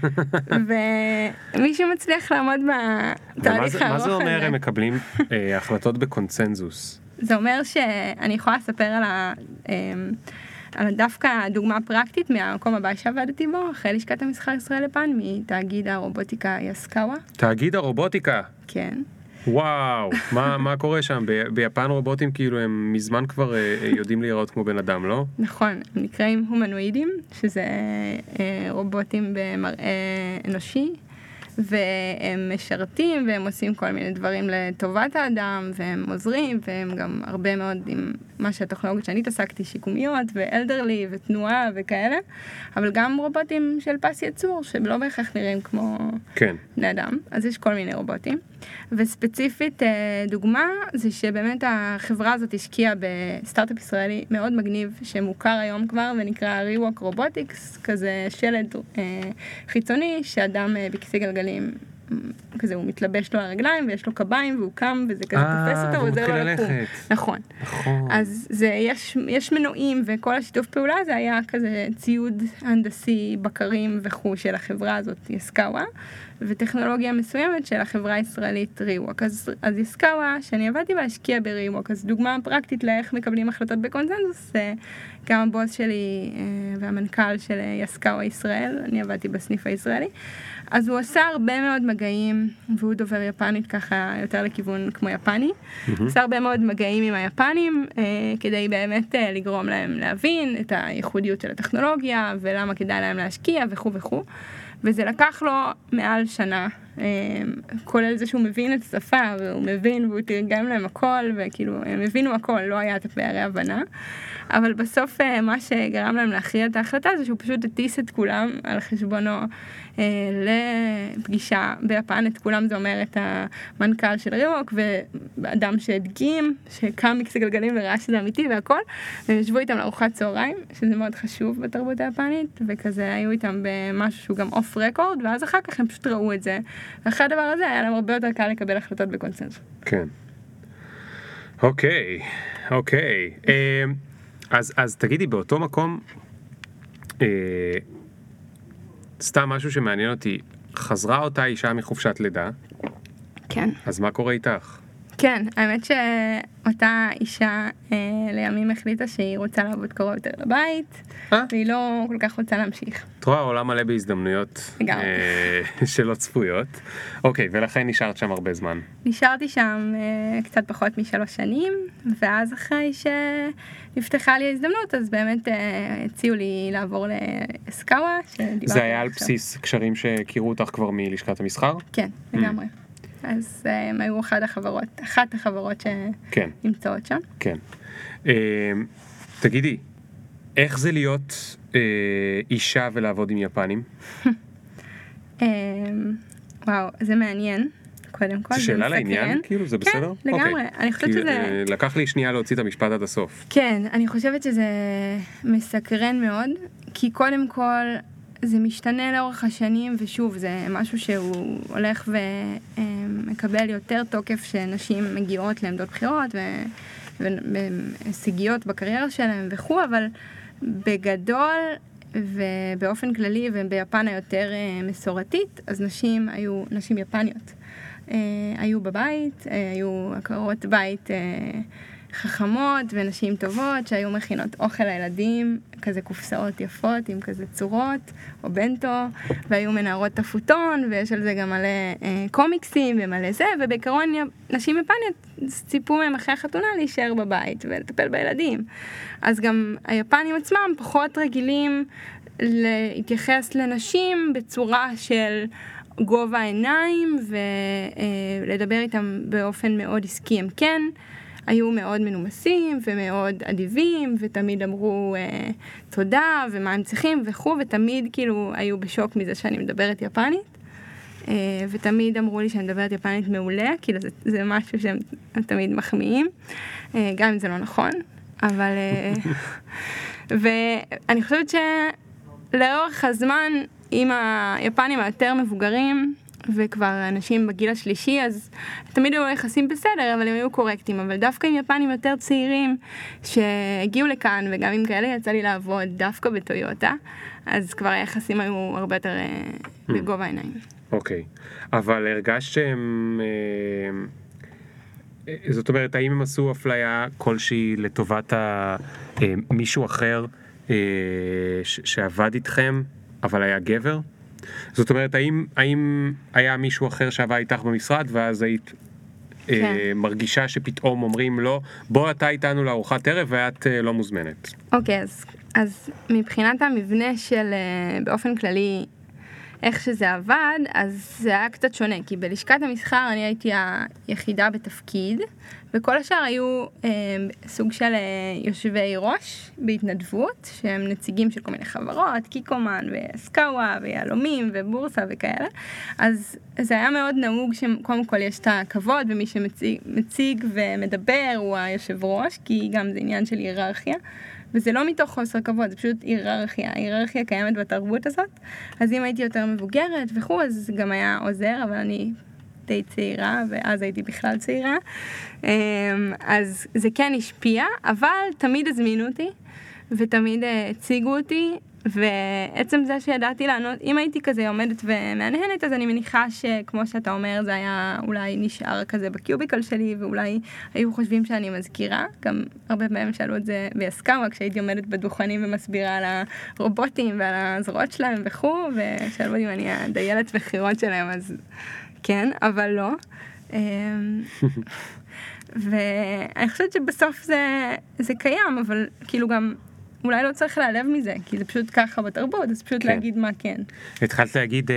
ומי שמצליח לעמוד בתהליך הארוך הזה. מה זה אומר הם מקבלים החלטות בקונצנזוס? זה אומר שאני יכולה לספר על דווקא דוגמה פרקטית מהמקום הבא שעבדתי בו, אחרי לשכת המסחר ישראל יפן, מתאגיד הרובוטיקה יסקאווה. תאגיד הרובוטיקה? כן. וואו, מה קורה שם? ביפן רובוטים כאילו הם מזמן כבר יודעים להיראות כמו בן אדם, לא? נכון, הם נקראים הומנואידים, שזה רובוטים במראה אנושי, והם משרתים והם עושים כל מיני דברים לטובת האדם, והם עוזרים, והם גם הרבה מאוד עם מה שהטכנולוגיות שאני התעסקתי, שיקומיות ואלדרלי ותנועה וכאלה, אבל גם רובוטים של פס יצור, שלא בהכרח נראים כמו בני אדם, אז יש כל מיני רובוטים. וספציפית דוגמה זה שבאמת החברה הזאת השקיעה בסטארט-אפ ישראלי מאוד מגניב, שמוכר היום כבר ונקרא Rewalk Robotics, כזה שלד חיצוני שאדם בכיסא גלגלים כזה הוא מתלבש לו על הרגליים ויש לו קביים והוא קם וזה כזה תופס אותו ועוזר לו לקום. נכון. אז יש מנועים וכל השיתוף פעולה זה היה כזה ציוד הנדסי, בקרים וכו' של החברה הזאת יסקאווה, וטכנולוגיה מסוימת של החברה הישראלית ריווק. אז יסקאווה שאני עבדתי בה השקיעה בריווק, אז דוגמה פרקטית לאיך מקבלים החלטות בקונצנזוס, גם הבוס שלי והמנכ"ל של יסקאווה ישראל, אני עבדתי בסניף הישראלי, אז הוא עשה הרבה מאוד מגעים, והוא דובר יפנית ככה יותר לכיוון כמו יפני, עשה הרבה מאוד מגעים עם היפנים, כדי באמת לגרום להם להבין את הייחודיות של הטכנולוגיה, ולמה כדאי להם להשקיע וכו' וכו'. וזה לקח לו מעל שנה, כולל זה שהוא מבין את השפה, והוא מבין והוא תרגם להם הכל, וכאילו הם הבינו הכל, לא היה את הפערי הבנה, אבל בסוף מה שגרם להם להכריע את ההחלטה זה שהוא פשוט הטיס את כולם על חשבונו לפגישה ביפן, את כולם זה אומר את המנכ"ל של ריווק, ואדם שהדגים, שקם מכיסא גלגלים וראה שזה אמיתי והכל, והם ישבו איתם לארוחת צהריים, שזה מאוד חשוב בתרבות היפנית, וכזה היו איתם במשהו שהוא גם אוף רקורד, ואז אחר כך הם פשוט ראו את זה, ואחרי הדבר הזה היה להם הרבה יותר קל לקבל החלטות בקונצנזוס. כן. אוקיי. אז תגידי, באותו מקום, סתם משהו שמעניין אותי, חזרה אותה אישה מחופשת לידה. כן. אז מה קורה איתך? כן, האמת שאותה אישה לימים החליטה שהיא רוצה לעבוד קרוב יותר לבית, והיא לא כל כך רוצה להמשיך. את רואה, עולם מלא בהזדמנויות שלא צפויות. אוקיי, ולכן נשארת שם הרבה זמן. נשארתי שם קצת פחות מ3 שנים, ואז אחרי שנפתחה לי ההזדמנות, אז באמת הציעו לי לעבור ליסקאווה. זה היה על בסיס קשרים שהכירו אותך כבר מלשכת המסחר? כן, לגמרי. אז הם היו אחת החברות שנמצאות שם. כן. תגידי, איך זה להיות אישה ולעבוד עם יפנים? וואו, זה מעניין. קודם כל, זה שאלה לעניין? כאילו, זה בסדר? כן, לגמרי. אני חושבת שזה... לקח לי שנייה להוציא את המשפט עד הסוף. כן, אני חושבת שזה מסקרן מאוד, כי קודם כל... זה משתנה לאורך השנים, ושוב, זה משהו שהוא הולך ומקבל יותר תוקף שנשים מגיעות לעמדות בחירות והשיגיות בקריירה שלהם וכו', אבל בגדול ובאופן כללי וביפן היותר מסורתית, אז נשים היו נשים יפניות. היו בבית, היו עקרות בית חכמות ונשים טובות שהיו מכינות אוכל לילדים, כזה קופסאות יפות עם כזה צורות או בנטו, והיו מנערות תפוטון, ויש על זה גם מלא קומיקסים ומלא זה, ובעיקרון נשים יפניות ציפו מהם אחרי החתונה להישאר בבית ולטפל בילדים. אז גם היפנים עצמם פחות רגילים להתייחס לנשים בצורה של גובה העיניים ולדבר איתם באופן מאוד עסקי. הם כן, היו מאוד מנומסים ומאוד אדיבים, ותמיד אמרו תודה ומה הם צריכים וכו', ותמיד כאילו היו בשוק מזה שאני מדברת יפנית, ותמיד אמרו לי שאני מדברת יפנית מעולה, כאילו זה משהו שהם תמיד מחמיאים, גם אם זה לא נכון, אבל... ואני חושבת שלאורך הזמן, עם היפנים היותר מבוגרים, וכבר אנשים בגיל השלישי, אז תמיד היו יחסים בסדר, אבל הם היו קורקטים. אבל דווקא עם יפנים יותר צעירים, שהגיעו לכאן, וגם עם כאלה יצא לי לעבוד דווקא בטויוטה, אז כבר היחסים היו הרבה יותר בגובה העיניים. אוקיי, אבל הרגשת שהם... זאת אומרת, האם הם עשו אפליה כלשהי לטובת מישהו אחר שעבד איתכם, אבל היה גבר? זאת אומרת, האם היה מישהו אחר שעבד איתך במשרד, ואז היית מרגישה שפתאום אומרים לו, בוא אתה איתנו לארוחת ערב ואת לא מוזמנת? אוקיי, אז מבחינת המבנה של באופן כללי, איך שזה עבד, אז זה היה קצת שונה, כי בלשכת המסחר אני הייתי היחידה בתפקיד, וכל השאר היו סוג של יושבי ראש בהתנדבות, שהם נציגים של כל מיני חברות, קיקומן וסקאווה ויהלומים ובורסה וכאלה. אז זה היה מאוד נהוג שקודם כל יש את הכבוד, ומי שמציג ומדבר הוא היושב ראש, כי גם זה עניין של היררכיה. וזה לא מתוך חוסר כבוד, זה פשוט היררכיה. ההיררכיה קיימת בתרבות הזאת. אז אם הייתי יותר מבוגרת וכו', אז זה גם היה עוזר, אבל אני די צעירה, ואז הייתי בכלל צעירה. אז זה כן השפיע, אבל תמיד הזמינו אותי, ותמיד הציגו אותי, ועצם זה שידעתי לענות, אם הייתי כזה עומדת ומענהנת, אז אני מניחה שכמו שאתה אומר, זה היה אולי נשאר כזה בקיוביקל שלי, ואולי היו חושבים שאני מזכירה, גם הרבה פעמים שאלו את זה בהסכמה, כשהייתי עומדת בדוכנים ומסבירה על הרובוטים ועל הזרועות שלהם וכו', ושאלו אם אני הדיילת בחירות שלהם, אז כן, אבל לא. ואני חושבת שבסוף זה קיים, אבל כאילו גם אולי לא צריך להיעלב מזה, כי זה פשוט ככה בתרבות, אז פשוט להגיד מה כן. התחלת להגיד,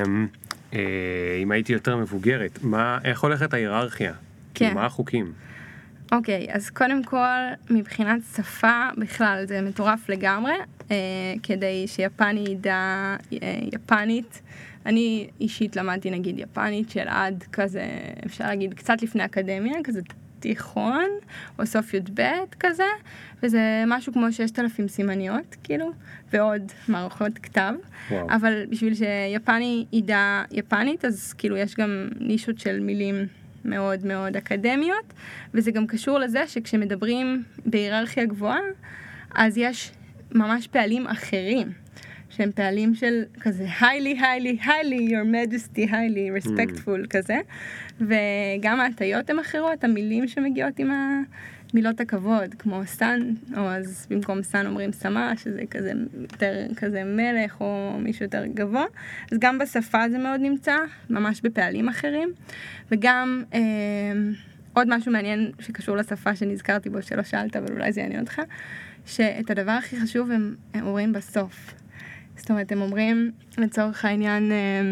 אם הייתי יותר מבוגרת, איך הולכת ההיררכיה? כן. מה החוקים? אוקיי, אז קודם כל, מבחינת שפה, בכלל זה מטורף לגמרי, כדי שיפני ידע יפנית. אני אישית למדתי נגיד יפנית של עד כזה, אפשר להגיד קצת לפני אקדמיה, כזה תיכון, או סוף י"ב כזה, וזה משהו כמו 6,000 סימניות, כאילו, ועוד מערכות כתב. וואו. אבל בשביל שיפני ידע יפנית, אז כאילו יש גם נישות של מילים מאוד מאוד אקדמיות, וזה גם קשור לזה שכשמדברים בהיררכיה גבוהה, אז יש ממש פעלים אחרים, שהם פעלים של כזה highly, your majesty, highly respectful כזה, וגם ההטיות הן אחרות, המילים שמגיעות עם מילות הכבוד, כמו סן, או אז במקום סן אומרים סמה, שזה כזה יותר כזה מלך, או מישהו יותר גבוה, אז גם בשפה זה מאוד נמצא, ממש בפעלים אחרים, וגם עוד משהו מעניין שקשור לשפה שנזכרתי בו, שלא שאלת, אבל אולי זה יעניין אותך, שאת הדבר הכי חשוב הם אומרים בסוף. זאת אומרת, הם אומרים, לצורך העניין,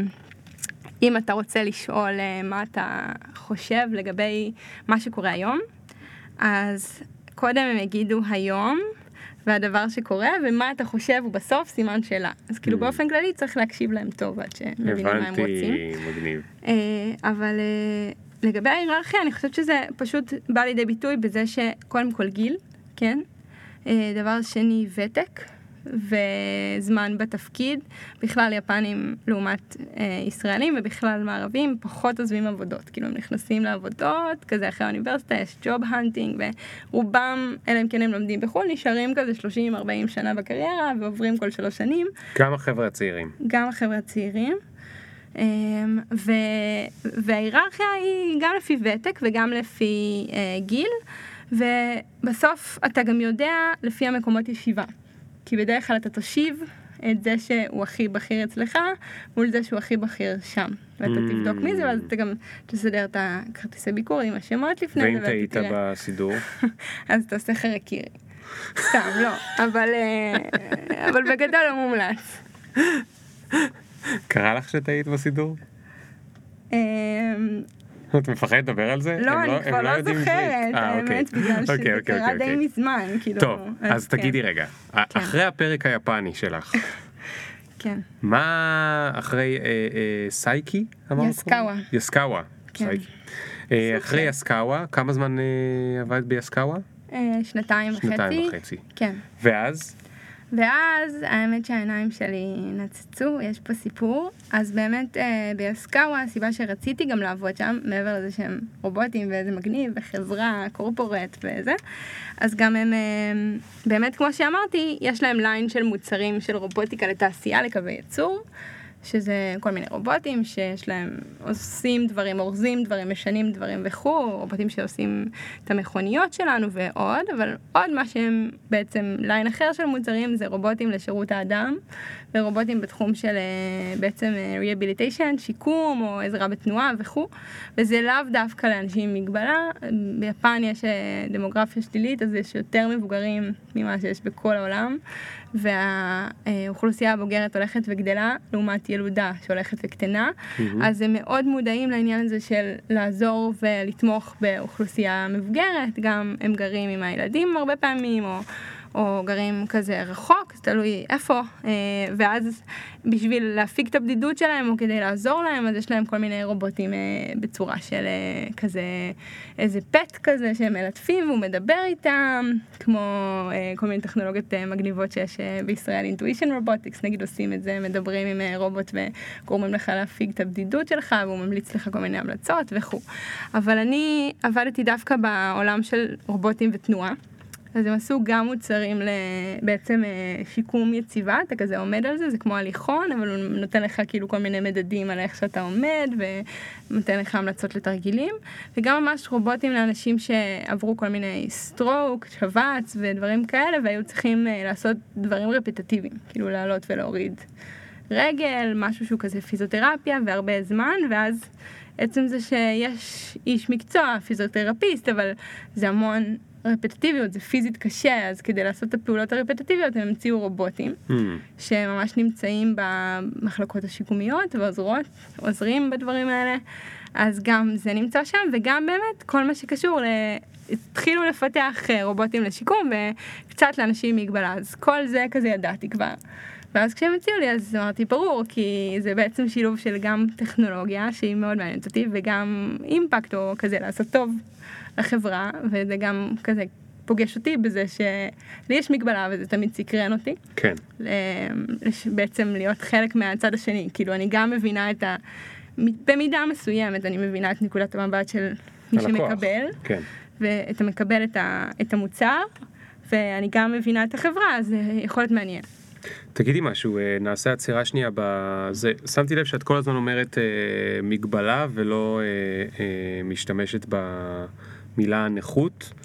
אם אתה רוצה לשאול מה אתה חושב לגבי מה שקורה היום, אז קודם הם יגידו היום, והדבר שקורה, ומה אתה חושב הוא בסוף סימן שאלה. אז כאילו באופן כללי צריך להקשיב להם טוב עד שמבינים מה הם רוצים. הבנתי, מגניב. אבל לגבי ההיררכיה, אני חושבת שזה פשוט בא לידי ביטוי בזה שקודם כל גיל, כן? דבר שני, ותק. וזמן בתפקיד, בכלל יפנים לעומת ישראלים ובכלל מערבים פחות עוזבים עבודות, כאילו הם נכנסים לעבודות, כזה אחרי האוניברסיטה יש ג'וב הנטינג, ורובם, אלא אם כן הם לומדים בחו"ל, נשארים כזה 30-40 שנה בקריירה ועוברים כל 3 שנים. גם החבר'ה הצעירים. גם החבר'ה הצעירים. וההיררכיה היא גם לפי ותק וגם לפי גיל, ובסוף אתה גם יודע לפי המקומות ישיבה. כי בדרך כלל אתה תושיב את זה שהוא הכי בכיר אצלך, מול זה שהוא הכי בכיר שם. ואתה תבדוק מי זה, ואז אתה גם תסדר את הכרטיסי ביקור עם השמות לפני זה. ואם טעית בסידור? אז אתה עושה חרקירי. סתם, לא. אבל בגדול לא מומלץ. קרה לך שטעית בסידור? את מפחד לדבר על זה? לא, אני כבר לא זוכרת, האמת, בגלל שזה קרה די מזמן, כאילו. טוב, אז תגידי רגע, אחרי הפרק היפני שלך, כן. מה אחרי סייקי? יסקאווה. יסקאווה, סייקי. אחרי יסקאווה, כמה זמן עבדת ביסקאווה? 2.5. 2.5. כן. ואז האמת שהעיניים שלי נצצו, יש פה סיפור. אז באמת ביסקאווה, הסיבה שרציתי גם לעבוד שם, מעבר לזה שהם רובוטים וזה מגניב, וחברה, קורפורט וזה, אז גם הם, באמת כמו שאמרתי, יש להם ליין של מוצרים של רובוטיקה לתעשייה, לקווי ייצור, שזה כל מיני רובוטים שיש להם, עושים דברים, אורזים דברים, משנים דברים וכו', רובוטים שעושים את המכוניות שלנו ועוד, אבל עוד מה שהם בעצם ליין אחר של מוצרים זה רובוטים לשירות האדם, ורובוטים בתחום של בעצם rehabilitation, שיקום או עזרה בתנועה וכו', וזה לאו דווקא לאנשים עם מגבלה. ביפן יש דמוגרפיה שלילית, אז יש יותר מבוגרים ממה שיש בכל העולם, והאוכלוסייה הבוגרת הולכת וגדלה, לעומת ילודה שהולכת וקטנה, אז הם מאוד מודעים לעניין הזה של לעזור ולתמוך באוכלוסייה מבוגרת, גם הם גרים עם הילדים הרבה פעמים, או גרים כזה רחוק, זה תלוי איפה, ואז בשביל להפיק את הבדידות שלהם, או כדי לעזור להם, אז יש להם כל מיני רובוטים בצורה של כזה, איזה פט כזה שהם מלטפים, והוא מדבר איתם, כמו כל מיני טכנולוגיות מגניבות שיש בישראל, Intuition Robotics, נגיד עושים את זה, מדברים עם רובוט וגורמים לך להפיק את הבדידות שלך, והוא ממליץ לך כל מיני המלצות וכו'. אבל אני עבדתי דווקא בעולם של רובוטים ותנועה, אז הם עשו גם מוצרים בעצם שיקום יציבה, אתה כזה עומד על זה, זה כמו הליכון, אבל הוא נותן לך כאילו כל מיני מדדים על איך שאתה עומד, ונותן לך המלצות לתרגילים, וגם ממש רובוטים לאנשים שעברו כל מיני סטרוק, שבץ ודברים כאלה, והיו צריכים לעשות דברים רפטטיביים, כאילו לעלות ולהוריד רגל, משהו שהוא כזה פיזיותרפיה והרבה זמן, ואז עצם זה שיש איש מקצוע, פיזיותרפיסט, אבל זה המון רפטטיביות, זה פיזית קשה, אז כדי לעשות את הפעולות הרפטטיביות, הם המציאו רובוטים, שממש נמצאים במחלקות השיקומיות, ועוזרים בדברים האלה, אז גם זה נמצא שם, וגם באמת כל מה שקשור, התחילו לפתח רובוטים לשיקום, וקצת לאנשים מגבלה, אז כל זה כזה ידעתי כבר. ואז כשהם הציעו לי, אז אמרתי, ברור, כי זה בעצם שילוב של גם טכנולוגיה, שהיא מאוד מעניינת אותי, וגם אימפקט, או כזה לעשות טוב לחברה, וזה גם כזה פוגש אותי בזה שלי יש מגבלה, וזה תמיד סקרן אותי. כן. בעצם להיות חלק מהצד השני, כאילו אני גם מבינה במידה מסוימת, אני מבינה את נקודת המבט של מי שמקבל, כן. ואתה מקבל את המוצר, ואני גם מבינה את החברה, אז זה יכול להיות מעניין. תגידי משהו, נעשה הצירה שנייה בזה, שמתי לב שאת כל הזמן אומרת מגבלה ולא משתמשת במילה נכות,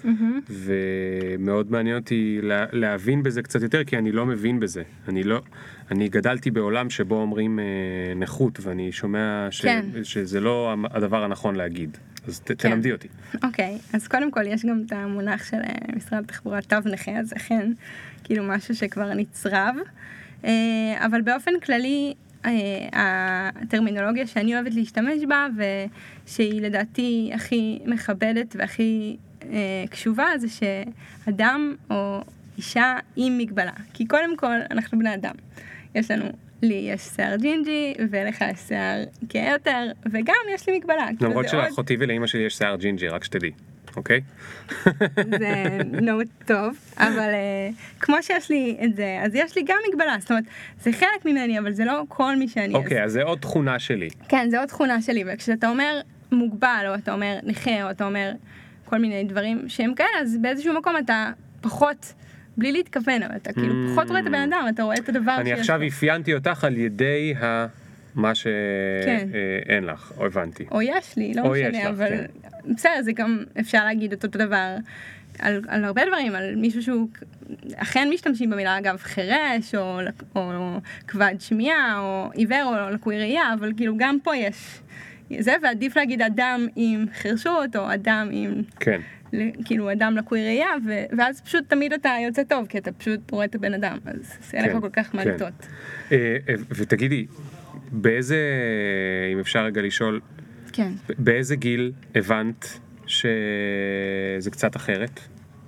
ומאוד מעניין אותי להבין בזה קצת יותר, כי אני לא מבין בזה. אני גדלתי בעולם שבו אומרים נכות, ואני שומע שזה לא הדבר הנכון להגיד. אז תלמדי אותי. אוקיי, אז קודם כל יש גם את המונח של משרד התחבורה תו נכה, אז אכן כאילו משהו שכבר נצרב, אבל באופן כללי הטרמינולוגיה שאני אוהבת להשתמש בה, ושהיא לדעתי הכי מכבדת והכי קשובה, זה שאדם או אישה עם מגבלה. כי קודם כל אנחנו בני אדם. לי יש שיער ג'ינג'י, ולך יש שיער כהה יותר, וגם יש לי מגבלה. למרות שלאחותי ולאמא שלי יש שיער ג'ינג'י, רק שתדעי, אוקיי? זה נוט טוב, אבל כמו שיש לי את זה, אז יש לי גם מגבלה, זאת אומרת, זה חלק ממני, אבל זה לא כל מי שאני. אוקיי, אז זה עוד תכונה שלי. כן, זה עוד תכונה שלי, וכשאתה אומר מוגבל, או אתה אומר נכה, או אתה אומר כל מיני דברים שהם כאלה, אז באיזשהו מקום אתה פחות בלי להתכוון, אבל אתה כאילו פחות רואה את הבן אדם, אתה רואה את הדבר שיש. אני עכשיו אפיינתי אותך על ידי מה שאין לך, או הבנתי. או יש לי, לא משנה, אבל בסדר, זה גם אפשר להגיד את אותו דבר על הרבה דברים, על מישהו שהוא אכן משתמשים במילה, אגב, חירש, או כבד שמיעה, או עיוור, או לקוי ראייה, אבל כאילו גם פה יש זה, ועדיף להגיד אדם עם חרשות, או אדם עם... כן. כאילו אדם לקוי ראייה, ואז פשוט תמיד אתה יוצא טוב, כי אתה פשוט רואה את הבן אדם, אז זה לך כל כך מעלתות. ותגידי, באיזה, אם אפשר רגע לשאול, כן. באיזה גיל הבנת שזה קצת אחרת?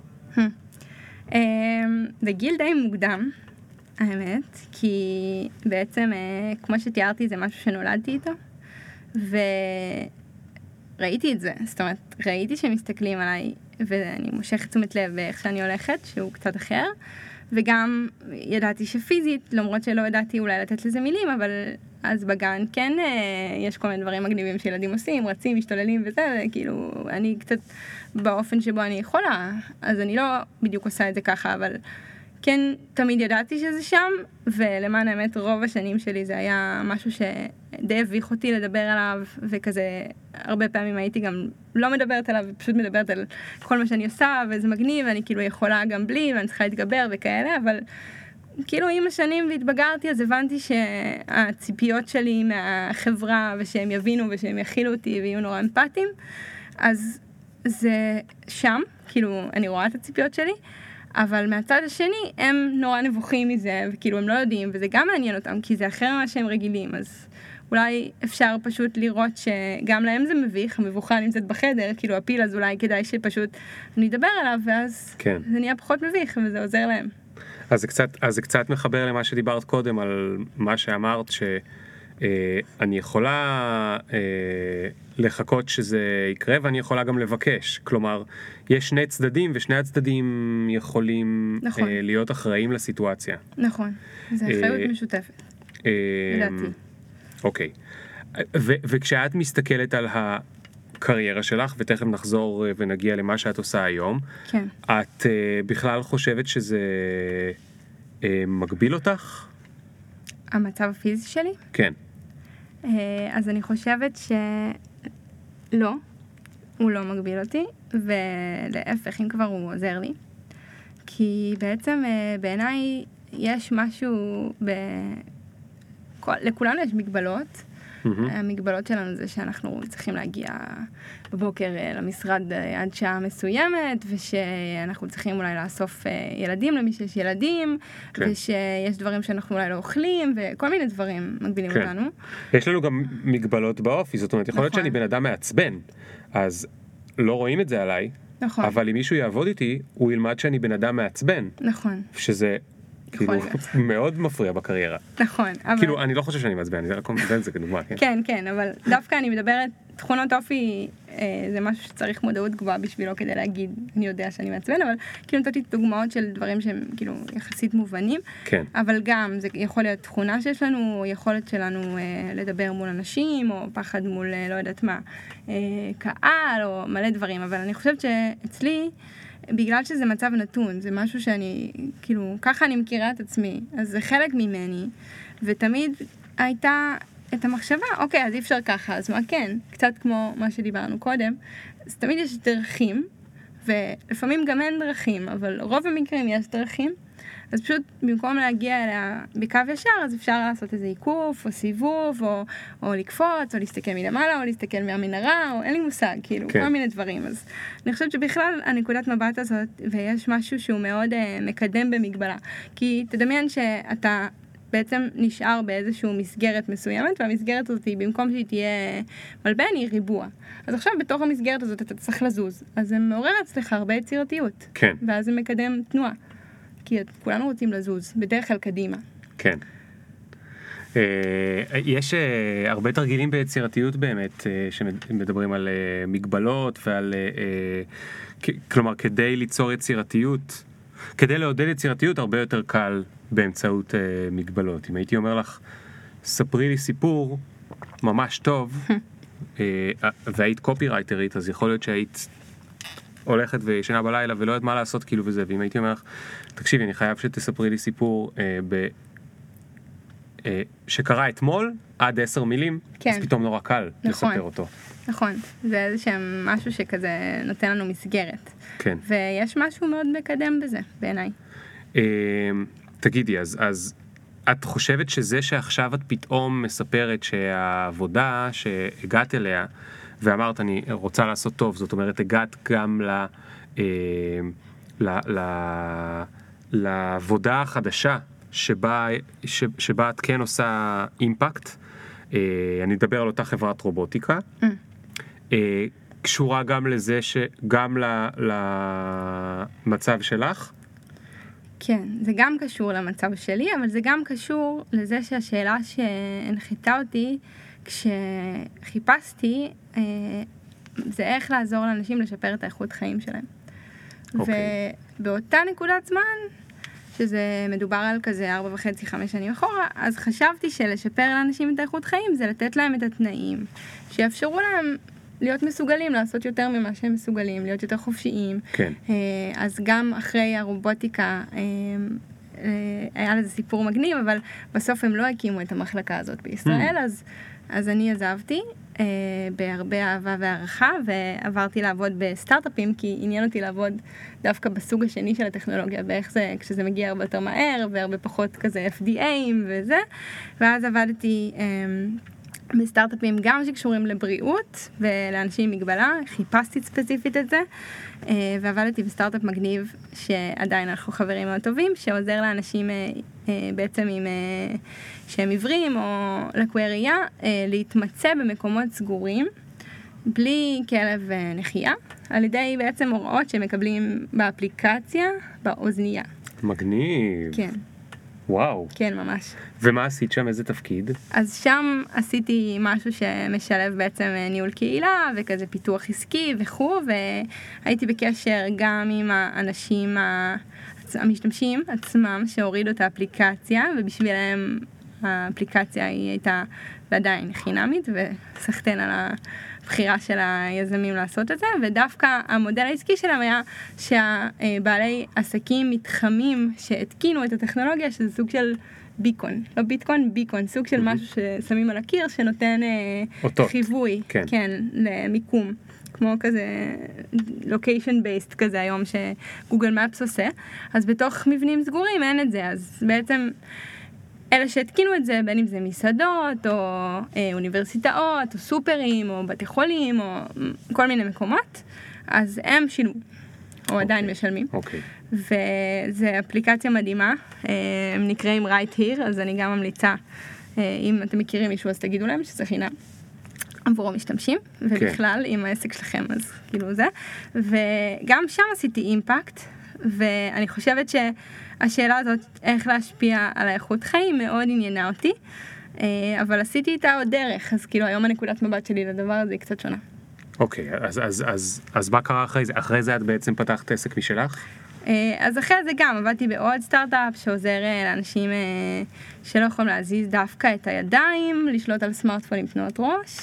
בגיל די מוקדם, האמת, כי בעצם, כמו שתיארתי, זה משהו שנולדתי איתו, וראיתי את זה, זאת אומרת, ראיתי שמסתכלים עליי, ואני מושכת תשומת לב באיך שאני הולכת, שהוא קצת אחר, וגם ידעתי שפיזית, למרות שלא ידעתי אולי לתת לזה מילים, אבל אז בגן כן יש כל מיני דברים מגניבים שילדים עושים, רצים, משתוללים וזה, כאילו אני קצת באופן שבו אני יכולה, אז אני לא בדיוק עושה את זה ככה, אבל כן תמיד ידעתי שזה שם, ולמען האמת רוב השנים שלי זה היה משהו שדי הביך אותי לדבר עליו, וכזה הרבה פעמים הייתי גם לא מדברת עליו, ופשוט מדברת על כל מה שאני עושה, וזה מגניב, ואני כאילו יכולה גם בלי, ואני צריכה להתגבר וכאלה, אבל כאילו עם השנים והתבגרתי, אז הבנתי שהציפיות שלי מהחברה, ושהם יבינו ושהם יכילו אותי ויהיו נורא אמפתיים, אז זה שם, כאילו אני רואה את הציפיות שלי, אבל מהצד השני הם נורא נבוכים מזה, וכאילו הם לא יודעים, וזה גם מעניין אותם, כי זה אחר ממה שהם רגילים, אז אולי אפשר פשוט לראות שגם להם זה מביך, המבוכה נמצאת בחדר, כאילו הפיל, אז אולי כדאי שפשוט אני אדבר עליו, ואז כן. זה נהיה פחות מביך, וזה עוזר להם. אז זה קצת מחבר למה שדיברת קודם, על מה שאמרת, שאני יכולה לחכות שזה יקרה, ואני יכולה גם לבקש. כלומר, יש שני צדדים, ושני הצדדים יכולים נכון. להיות אחראים לסיטואציה. נכון, זה אחריות משותפת, לדעתי. אוקיי. וכשאת מסתכלת על הקריירה שלך, ותכף נחזור ונגיע למה שאת עושה היום, כן. את בכלל חושבת שזה מגביל אותך? המצב הפיזי שלי? כן. אז אני חושבת שלא, הוא לא מגביל אותי, ולהפך, אם כבר הוא עוזר לי. כי בעצם בעיניי יש משהו, לכולנו יש מגבלות. המגבלות שלנו זה שאנחנו צריכים להגיע בבוקר למשרד עד שעה מסוימת, ושאנחנו צריכים אולי לאסוף ילדים למי שיש ילדים, כן. ושיש דברים שאנחנו אולי לא אוכלים, וכל מיני דברים מגבילים כן. אותנו. יש לנו גם מגבלות באופי, זאת אומרת, יכול להיות נכון. שאני בן אדם מעצבן, אז לא רואים את זה עליי, נכון. אבל אם מישהו יעבוד איתי, הוא ילמד שאני בן אדם מעצבן, נכון. שזה כאילו להיות. מאוד מפריע בקריירה. נכון, אבל... כאילו, אני לא חושב שאני מעצבן, אני רק נותן את זה כדוגמה, כן? כן, כן, אבל דווקא אני מדברת, תכונות אופי זה משהו שצריך מודעות גבוהה בשבילו כדי להגיד, אני יודע שאני מעצבן, אבל כאילו נתתי דוגמאות של דברים שהם כאילו יחסית מובנים, כן. אבל גם זה יכול להיות תכונה שיש לנו, או יכולת שלנו לדבר מול אנשים, או פחד מול לא יודעת מה, קהל, או מלא דברים, אבל אני חושבת שאצלי, בגלל שזה מצב נתון, זה משהו שאני, כאילו, ככה אני מכירה את עצמי, אז זה חלק ממני, ותמיד הייתה את המחשבה, אוקיי, אז אי אפשר ככה, אז מה כן? קצת כמו מה שדיברנו קודם, אז תמיד יש דרכים, ולפעמים גם אין דרכים, אבל רוב המקרים יש דרכים, אז פשוט במקום להגיע אליה בקו ישר, אז אפשר לעשות איזה עיקוף, או סיבוב, או לקפוץ, או להסתכל מלמעלה, או להסתכל מהמנהרה, או אין לי מושג, כאילו, כן. כל מיני דברים. אז אני חושבת שבכלל הנקודת מבט הזאת, ויש משהו שהוא מאוד מקדם במגבלה. כי תדמיין שאתה בעצם נשאר באיזשהו מסגרת מסוימת, והמסגרת הזאת, במקום שהיא תהיה מלבן, היא ריבוע. אז עכשיו בתוך המסגרת הזאת אתה צריך לזוז. אז זה מעורר אצלך הרבה יצירתיות. כן. ואז זה מקדם תנועה. כי כולנו רוצים לזוז, בדרך כלל קדימה. כן. יש הרבה תרגילים ביצירתיות באמת, שמדברים על מגבלות ועל, כלומר, כדי ליצור יצירתיות, כדי לעודד יצירתיות, הרבה יותר קל באמצעות מגבלות. אם הייתי אומר לך, ספרי לי סיפור ממש טוב, והיית קופירייטרית, אז יכול להיות שהיית הולכת וישנה בלילה ולא יודעת מה לעשות כאילו וזה, ואם הייתי אומר לך, תקשיבי, אני חייב שתספרי לי סיפור שקרה אתמול עד 10 מילים, כן. אז פתאום נורא קל נכון. לספר אותו. נכון, זה איזשהו משהו שכזה נותן לנו מסגרת. כן. ויש משהו מאוד מקדם בזה, בעיניי. תגידי, אז את חושבת שזה שעכשיו את פתאום מספרת שהעבודה שהגעת אליה, ואמרת אני רוצה לעשות טוב, זאת אומרת הגעת גם לעבודה החדשה שבה את כן עושה אימפקט, אני אדבר על אותה חברת רובוטיקה, קשורה גם לזה שגם למצב שלך? כן, זה גם קשור למצב שלי, אבל זה גם קשור לזה שהשאלה שהנחיתה אותי כשחיפשתי, זה איך לעזור לאנשים לשפר את האיכות חיים שלהם. ובאותה נקודת זמן, שזה מדובר על כזה 4.5-5 שנים אחורה, אז חשבתי שלשפר לאנשים את האיכות חיים זה לתת להם את התנאים, שיאפשרו להם להיות מסוגלים, לעשות יותר ממה שהם מסוגלים, להיות יותר חופשיים. כן. אז גם אחרי הרובוטיקה, היה לזה סיפור מגניב, אבל בסוף הם לא הקימו את המחלקה הזאת בישראל, אז אני עזבתי בהרבה אהבה והערכה, ועברתי לעבוד בסטארט-אפים, כי עניין אותי לעבוד דווקא בסוג השני של הטכנולוגיה, באיך זה, כשזה מגיע הרבה יותר מהר, והרבה פחות כזה FDA'ים וזה, ואז עבדתי בסטארט-אפים גם שקשורים לבריאות ולאנשים עם מגבלה, חיפשתי ספציפית את זה, ועבדתי בסטארט-אפ מגניב שעדיין אנחנו חברים מאוד טובים, שעוזר לאנשים בעצם שהם עיוורים או לקויי ראייה, להתמצא במקומות סגורים, בלי כלב נחייה, על ידי בעצם הוראות שמקבלים באפליקציה, באוזנייה. מגניב. כן. וואו. כן, ממש. ומה עשית שם? איזה תפקיד? אז שם עשיתי משהו שמשלב בעצם ניהול קהילה וכזה פיתוח עסקי וכו', והייתי בקשר גם עם האנשים המשתמשים עצמם שהורידו את האפליקציה, ובשבילם האפליקציה היא הייתה ועדיין חינמית, וסחטן על הבחירה של היזמים לעשות את זה, ודווקא המודל העסקי שלהם היה שהבעלי עסקים מתחמים שהתקינו את הטכנולוגיה, שזה סוג של ביקון, לא ביטקוין, ביקון, סוג של משהו ששמים על הקיר שנותן חיווי, כן, למיקום. כמו כזה location based כזה היום שגוגל מפס עושה, אז בתוך מבנים סגורים אין את זה, אז בעצם אלה שהתקינו את זה, בין אם זה מסעדות, או אוניברסיטאות, או סופרים, או בתי חולים, או כל מיני מקומות, אז הם שילמו, או עדיין משלמים. וזה אפליקציה מדהימה, הם נקראים Right Here, אז אני גם ממליצה, אם אתם מכירים מישהו, אז תגידו להם שזה חינם. עבור המשתמשים, ובכלל עם העסק שלכם, אז כאילו זה. וגם שם עשיתי אימפקט, ואני חושבת שהשאלה הזאת, איך להשפיע על האיכות חיים, מאוד עניינה אותי, אבל עשיתי איתה עוד דרך, אז כאילו היום הנקודת מבט שלי לדבר הזה היא קצת שונה. אוקיי, אז מה קרה אחרי זה? אחרי זה את בעצם פתחת עסק משלך? אז אחרי זה גם עבדתי בעוד סטארט-אפ שעוזר לאנשים שלא יכולים להזיז דווקא את הידיים, לשלוט על סמארטפון עם תנועות ראש,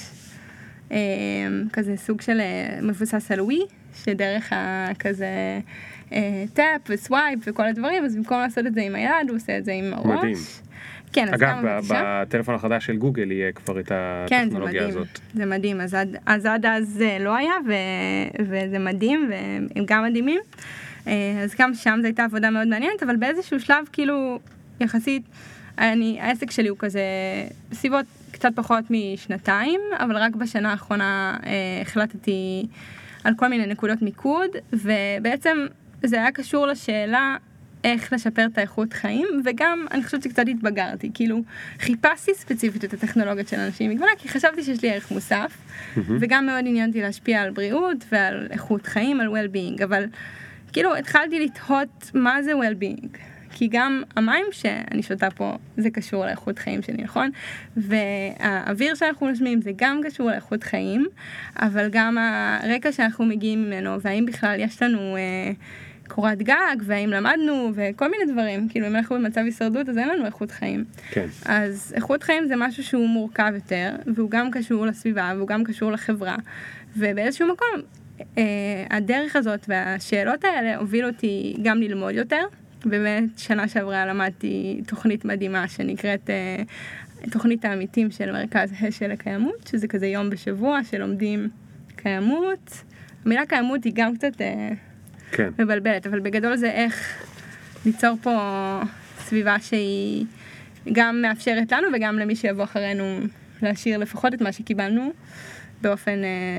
כזה סוג של מבוסס על ווי, שדרך כזה טאפ וסווייפ וכל הדברים, אז במקום לעשות את זה עם היד, הוא עושה את זה עם הראש. מדהים. כן, אגב, בטלפון החדש של גוגל יהיה כבר את הטכנולוגיה הזאת. כן, זה מדהים. אז עד אז לא היה, וזה מדהים, והם גם מדהימים. אז גם שם זו הייתה עבודה מאוד מעניינת, אבל באיזשהו שלב, כאילו, יחסית, העסק שלי הוא כזה, בסביבות קצת פחות משנתיים, אבל רק בשנה האחרונה החלטתי על כל מיני נקודות מיקוד, ובעצם זה היה קשור לשאלה איך לשפר את האיכות חיים, וגם אני חושבת שקצת התבגרתי, כאילו חיפשתי ספציפית את הטכנולוגיות של אנשים מגוונה, כי חשבתי שיש לי ערך מוסף, וגם מאוד עניינתי להשפיע על בריאות ועל איכות חיים, על well-being, אבל כאילו התחלתי לתהות מה זה well-being, כי גם המים שאני שותה פה זה קשור לאיכות חיים שלי, נכון? והאוויר שאנחנו נושמים זה גם קשור לאיכות חיים, אבל גם הרקע שאנחנו מגיעים ממנו, והאם בכלל יש לנו קורת גג, והאם למדנו, וכל מיני דברים. כאילו, אם אנחנו במצב הישרדות, אז אין לנו איכות חיים. כן. אז איכות חיים זה משהו שהוא מורכב יותר, והוא גם קשור לסביבה, והוא גם קשור לחברה. ובאיזשהו מקום, הדרך הזאת והשאלות האלה הובילו אותי גם ללמוד יותר. באמת, שנה שעברה למדתי תוכנית מדהימה שנקראת תוכנית העמיתים של מרכז השל לקיימות, שזה כזה יום בשבוע שלומדים קיימות. המילה קיימות היא גם קצת כן. מבלבלת, אבל בגדול זה איך ליצור פה סביבה שהיא גם מאפשרת לנו וגם למי שיבוא אחרינו להשאיר לפחות את מה שקיבלנו באופן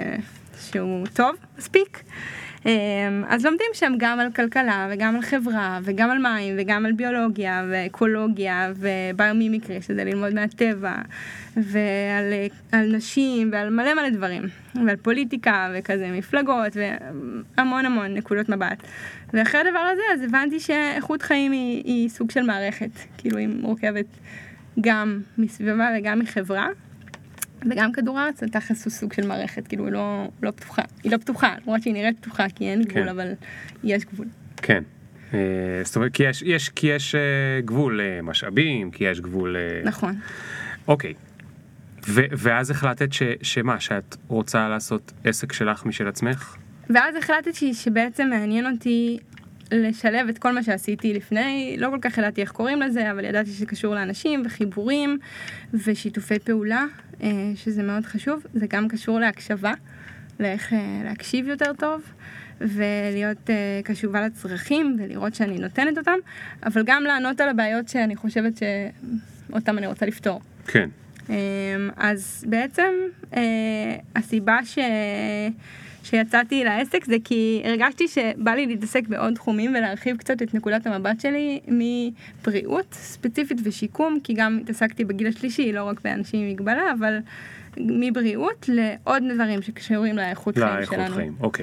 שהוא טוב מספיק. אז לומדים שם גם על כלכלה וגם על חברה וגם על מים וגם על ביולוגיה ואקולוגיה וביומימיקרי, שזה ללמוד מהטבע, ועל נשים ועל מלא דברים, ועל פוליטיקה וכזה מפלגות והמון נקודות מבט. ואחרי הדבר הזה אז הבנתי שאיכות חיים היא סוג של מערכת, כאילו היא מורכבת גם מסביבה וגם מחברה. וגם כדור הארץ, תכלס הוא סוג של מערכת, כאילו היא לא פתוחה. היא לא פתוחה, למרות שהיא נראית פתוחה, כי אין גבול, אבל יש גבול. כן. זאת אומרת, כי יש גבול למשאבים, כי יש גבול... נכון. אוקיי. ואז החלטת שמה, שאת רוצה לעשות עסק שלך משל עצמך? ואז החלטתי שבעצם מעניין אותי לשלב את כל מה שעשיתי לפני, לא כל כך ידעתי איך קוראים לזה, אבל ידעתי שזה קשור לאנשים וחיבורים ושיתופי פעולה, שזה מאוד חשוב. זה גם קשור להקשבה, לאיך להקשיב יותר טוב, ולהיות קשובה לצרכים, ולראות שאני נותנת אותם, אבל גם לענות על הבעיות שאני חושבת שאותם אני רוצה לפתור. כן. אז בעצם הסיבה שיצאתי לעסק זה כי הרגשתי שבא לי להתעסק בעוד תחומים ולהרחיב קצת את נקודת המבט שלי מבריאות ספציפית ושיקום, כי גם התעסקתי בגיל השלישי, לא רק באנשים עם מגבלה, אבל מבריאות לעוד דברים שקשורים לאיכות חיים שלנו. לאיכות חיים, אוקיי.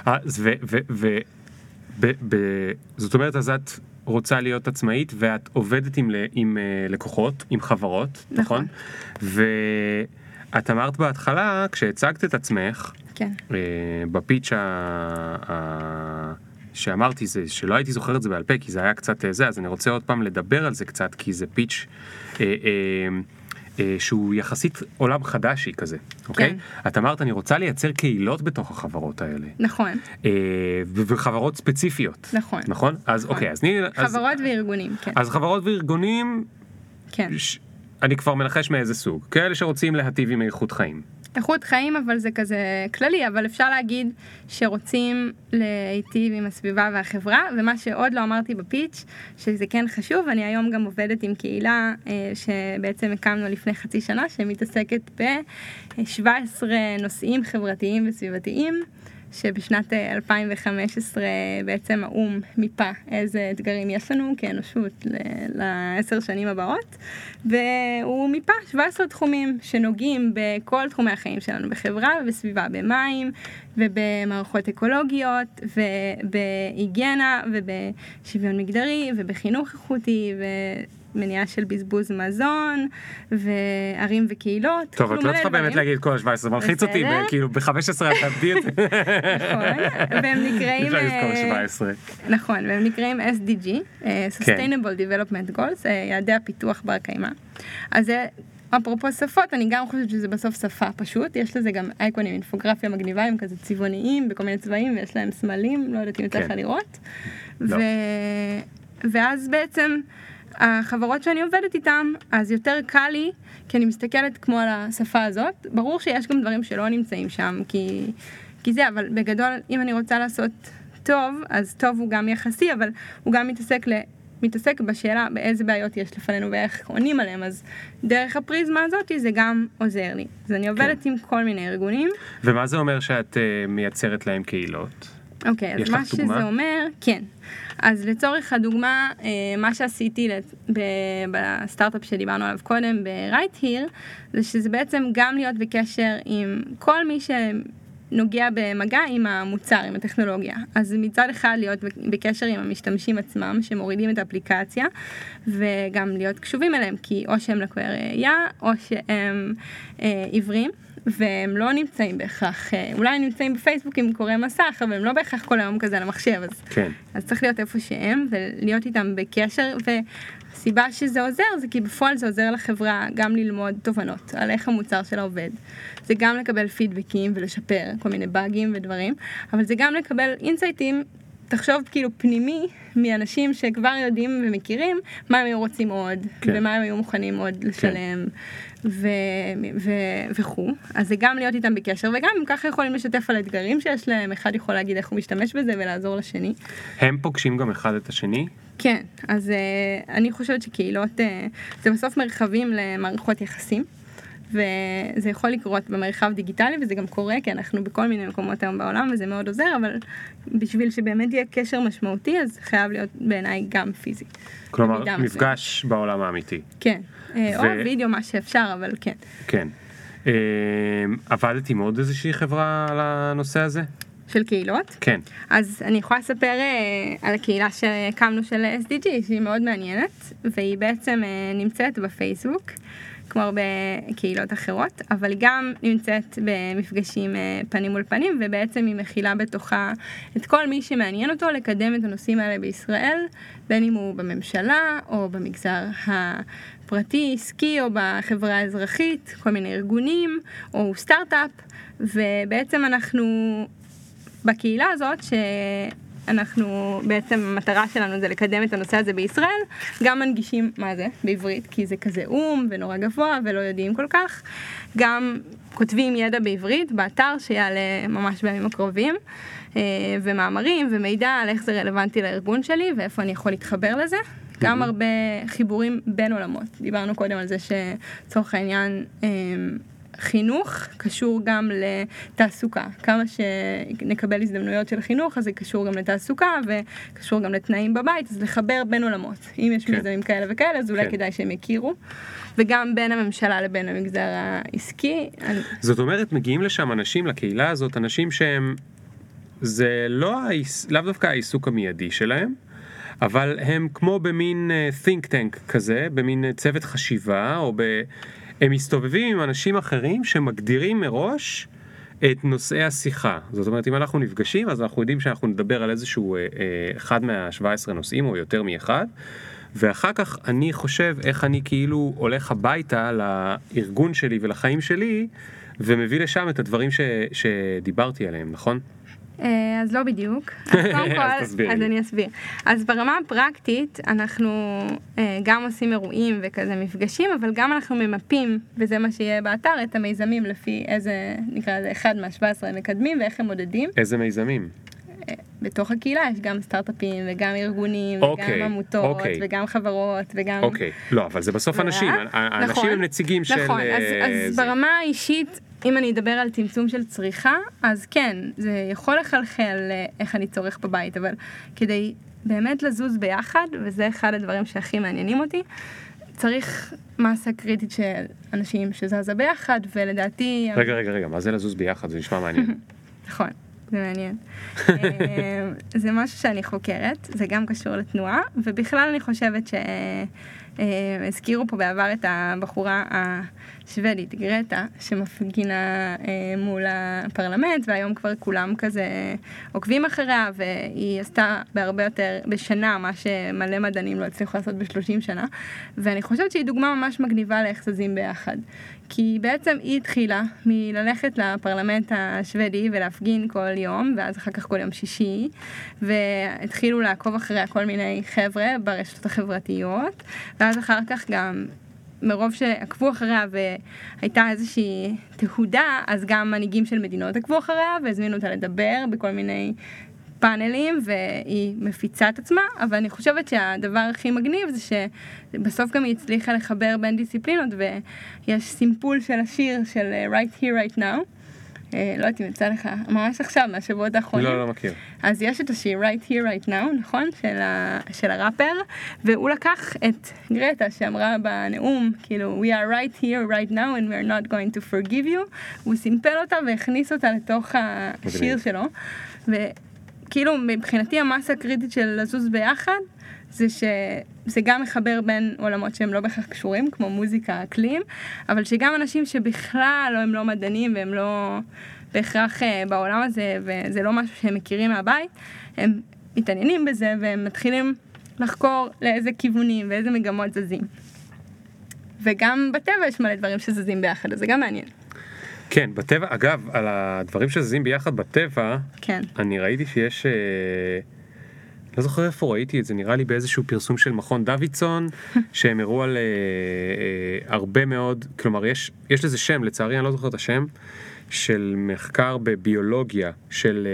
זאת אומרת, אז את רוצה להיות עצמאית ואת עובדת עם לקוחות, עם חברות, נכון? ואת אמרת בהתחלה, כשהצגת את עצמך, כן. בפיץ' שאמרתי זה, שלא הייתי זוכר את זה בעל פה, כי זה היה קצת זה, אז אני רוצה עוד פעם לדבר על זה קצת, כי זה פיץ' שהוא יחסית עולם חדשי כזה, אוקיי? את אמרת, אני רוצה לייצר קהילות בתוך החברות האלה. נכון. וחברות ספציפיות. נכון. נכון? אז אוקיי, אז חברות וארגונים, כן. אז חברות וארגונים, כן. אני כבר מנחש מאיזה סוג. כאלה שרוצים להטיב עם איכות חיים. איכות חיים, אבל זה כזה כללי, אבל אפשר להגיד שרוצים להיטיב עם הסביבה והחברה, ומה שעוד לא אמרתי בפיץ', שזה כן חשוב, אני היום גם עובדת עם קהילה שבעצם הקמנו לפני חצי שנה, שמתעסקת ב-17 נושאים חברתיים וסביבתיים, שבשנת 2015 בעצם האום מיפה איזה אתגרים יש לנו כאנושות ל10 שנים הבאות, והוא מיפה 17 תחומים שנוגעים בכל תחומי החיים שלנו, בחברה ובסביבה, במים ובמערכות אקולוגיות ובהיגיינה ובשוויון מגדרי ובחינוך איכותי מניעה של בזבוז מזון, וערים וקהילות. טוב, את לא צריכה באמת להגיד כל ה-17, זה מלחיץ אותי, כאילו ב-15 את תעבדי את זה. נכון, והם נקראים... אפשר לזכור 17. נכון, והם נקראים SDG, Sustainable Development Goals, יעדי הפיתוח בר קיימא. אז אפרופו שפות, אני גם חושבת שזה בסוף שפה פשוט, יש לזה גם אייקונים, אינפוגרפיה מגניבה, הם כזה צבעוניים, בכל מיני צבעים, ויש להם סמלים, לא יודעת אם יוצא לך לראות. ואז בעצם החברות שאני עובדת איתן, אז יותר קל לי, כי אני מסתכלת כמו על השפה הזאת. ברור שיש גם דברים שלא נמצאים שם, כי זה, אבל בגדול, אם אני רוצה לעשות טוב, אז טוב הוא גם יחסי, אבל הוא גם מתעסק בשאלה באיזה בעיות יש לפנינו ואיך עונים עליהם, אז דרך הפריזמה הזאת זה גם עוזר לי. אז אני עובדת עם כל מיני ארגונים. ומה זה אומר שאת מייצרת להם קהילות? אוקיי, אז מה שזה אומר, כן. אז לצורך הדוגמה, מה שעשיתי בסטארט-אפ שדיברנו עליו קודם, ב-Right Here, זה שזה בעצם גם להיות בקשר עם כל מי שנוגע במגע עם המוצר, עם הטכנולוגיה. אז מצד אחד להיות בקשר עם המשתמשים עצמם, שמורידים את האפליקציה, וגם להיות קשובים אליהם, כי או שהם לקויי ראייה, או שהם עיוורים. והם לא נמצאים בהכרח, אולי נמצאים בפייסבוק עם קורא מסך, אבל הם לא בהכרח כל היום כזה על המחשב, אז צריך להיות איפה שהם, ולהיות איתם בקשר, וסיבה שזה עוזר, זה כי בפועל זה עוזר לחברה גם ללמוד תובנות על איך המוצר שלה עובד. זה גם לקבל פידבקים ולשפר כל מיני באגים ודברים, אבל זה גם לקבל אינסייטים, תחשוב כאילו פנימי מאנשים שכבר יודעים ומכירים מה הם היו רוצים עוד, ומה הם היו מוכנים עוד לשלם, וכו'. אז זה גם להיות איתם בקשר, וגם הם ככה יכולים לשתף על אתגרים שיש להם, אחד יכול להגיד איך הוא משתמש בזה ולעזור לשני. הם פוגשים גם אחד את השני? כן, אז אני חושבת שקהילות, זה בסוף מרחבים למערכות יחסים, וזה יכול לקרות במרחב דיגיטלי, וזה גם קורה, כי אנחנו בכל מיני מקומות היום בעולם, וזה מאוד עוזר, אבל בשביל שבאמת יהיה קשר משמעותי, אז חייב להיות בעיניי גם פיזי. כלומר, מפגש בעולם האמיתי. כן, או וידאו, מה שאפשר, אבל כן. כן. עבדת עם עוד איזושהי חברה על הנושא הזה? של קהילות? כן. אז אני יכולה לספר על הקהילה שהקמנו של SDG, שהיא מאוד מעניינת, והיא בעצם נמצאת בפייסבוק, כמו הרבה קהילות אחרות, אבל היא גם נמצאת במפגשים פנים מול פנים, ובעצם היא מכילה בתוכה את כל מי שמעניין אותו לקדם את הנושאים האלה בישראל, בין אם הוא בממשלה או במגזר הפרטי, עסקי או בחברה האזרחית, כל מיני ארגונים או סטארט-אפ, ובעצם אנחנו בקהילה הזאת אנחנו בעצם המטרה שלנו זה לקדם את הנושא הזה בישראל, גם מנגישים מה זה בעברית, כי זה כזה ונורא גבוה ולא יודעים כל כך, גם כותבים ידע בעברית באתר שיעלה ממש בימים הקרובים, ומאמרים ומידע על איך זה רלוונטי לארגון שלי ואיפה אני יכול להתחבר לזה, גם הרבה חיבורים בין עולמות. דיברנו קודם על זה שצורך העניין חינוך קשור גם לתעסוקה. כמה שנקבל הזדמנויות של חינוך, אז זה קשור גם לתעסוקה וקשור גם לתנאים בבית, אז לחבר בין עולמות. אם יש מיזמים כאלה וכאלה, אז אולי כדאי שהם יכירו. וגם בין הממשלה לבין המגזר העסקי. זאת אומרת, מגיעים לשם אנשים, לקהילה הזאת, אנשים שהם, זה לאו דווקא העיסוק המיידי שלהם, אבל הם כמו במין think tank כזה, במין צוות חשיבה, או הם מסתובבים עם אנשים אחרים שמגדירים מראש את נושאי השיחה. זאת אומרת, אם אנחנו נפגשים, אז אנחנו יודעים שאנחנו נדבר על איזשהו אחד מה-17 נושאים, או יותר מאחד, ואחר כך אני חושב איך אני כאילו הולך הביתה לארגון שלי ולחיים שלי, ומביא לשם את הדברים שדיברתי עליהם, נכון? אז לא בדיוק. אז קודם כל, אז אני אסביר. אז ברמה הפרקטית, אנחנו גם עושים אירועים וכזה מפגשים, אבל גם אנחנו ממפים, וזה מה שיהיה באתר, את המיזמים לפי איזה, נקרא לזה, אחד מה-17 מקדמים, ואיך הם מודדים. איזה מיזמים? בתוך הקהילה יש גם סטארט-אפים, וגם ארגונים, וגם עמותות, וגם חברות, וגם... אוקיי, לא, אבל זה בסוף אנשים. האנשים הם נציגים של... נכון, אז ברמה האישית, אם אני אדבר על צמצום של צריכה, אז כן, זה יכול לחלחל איך אני צורך בבית, אבל כדי באמת לזוז ביחד, וזה אחד הדברים שהכי מעניינים אותי, צריך מסה קריטית של אנשים שזזה ביחד, ולדעתי... רגע, מה זה לזוז ביחד? זה נשמע מעניין. נכון. זה מעניין. זה משהו שאני חוקרת, זה גם קשור לתנועה, ובכלל אני חושבת שהזכירו פה בעבר את הבחורה השוודית, גרטה, שמפגינה מול הפרלמנט, והיום כבר כולם כזה עוקבים אחריה, והיא עשתה בהרבה יותר בשנה, מה שמלא מדענים לא הצליחו לעשות ב30 שנה, ואני חושבת שהיא דוגמה ממש מגניבה לאיך זזים ביחד. כי בעצם היא התחילה מללכת לפרלמנט השוודי ולהפגין כל יום, ואז אחר כך כל יום שישי, והתחילו לעקוב אחריה כל מיני חבר'ה ברשתות החברתיות, ואז אחר כך גם מרוב שעקבו אחריה והייתה איזושהי תהודה, אז גם מנהיגים של מדינות עקבו אחריה והזמינו אותה לדבר בכל מיני פאנלים, והיא מפיצה את עצמה, אבל אני חושבת שהדבר הכי מגניב זה שבסוף גם היא הצליחה לחבר בין דיסציפלינות, ויש סימפול של השיר של Right Here Right Now, לא יודעת אם יצא לך, ממש עכשיו, מהשבועות האחרונים. לא מכיר. אז יש את השיר Right Here Right Now, נכון? של הראפר, והוא לקח את גרטה שאמרה בנאום, כאילו, We are right here right now and we're not going to forgive you, והוא סימפל אותה והכניס אותה לתוך השיר שלו, כאילו מבחינתי המסה הקריטית של לזוז ביחד זה שזה גם מחבר בין עולמות שהם לא בהכרח קשורים, כמו מוזיקה, אקלים, אבל שגם אנשים שבכלל הם לא מדענים והם לא בהכרח בעולם הזה, וזה לא משהו שהם מכירים מהבית, הם מתעניינים בזה והם מתחילים לחקור לאיזה כיוונים ואיזה מגמות זזים. וגם בטבע יש מלא דברים שזזים ביחד, אז זה גם מעניין. כן, בטבע, אגב, על הדברים שזזים ביחד בטבע, כן. אני ראיתי שיש, לא זוכר איפה ראיתי את זה, נראה לי באיזשהו פרסום של מכון דוידסון, שהם הראו על הרבה מאוד, כלומר, יש לזה שם, לצערי אני לא זוכר את השם, של מחקר בביולוגיה, של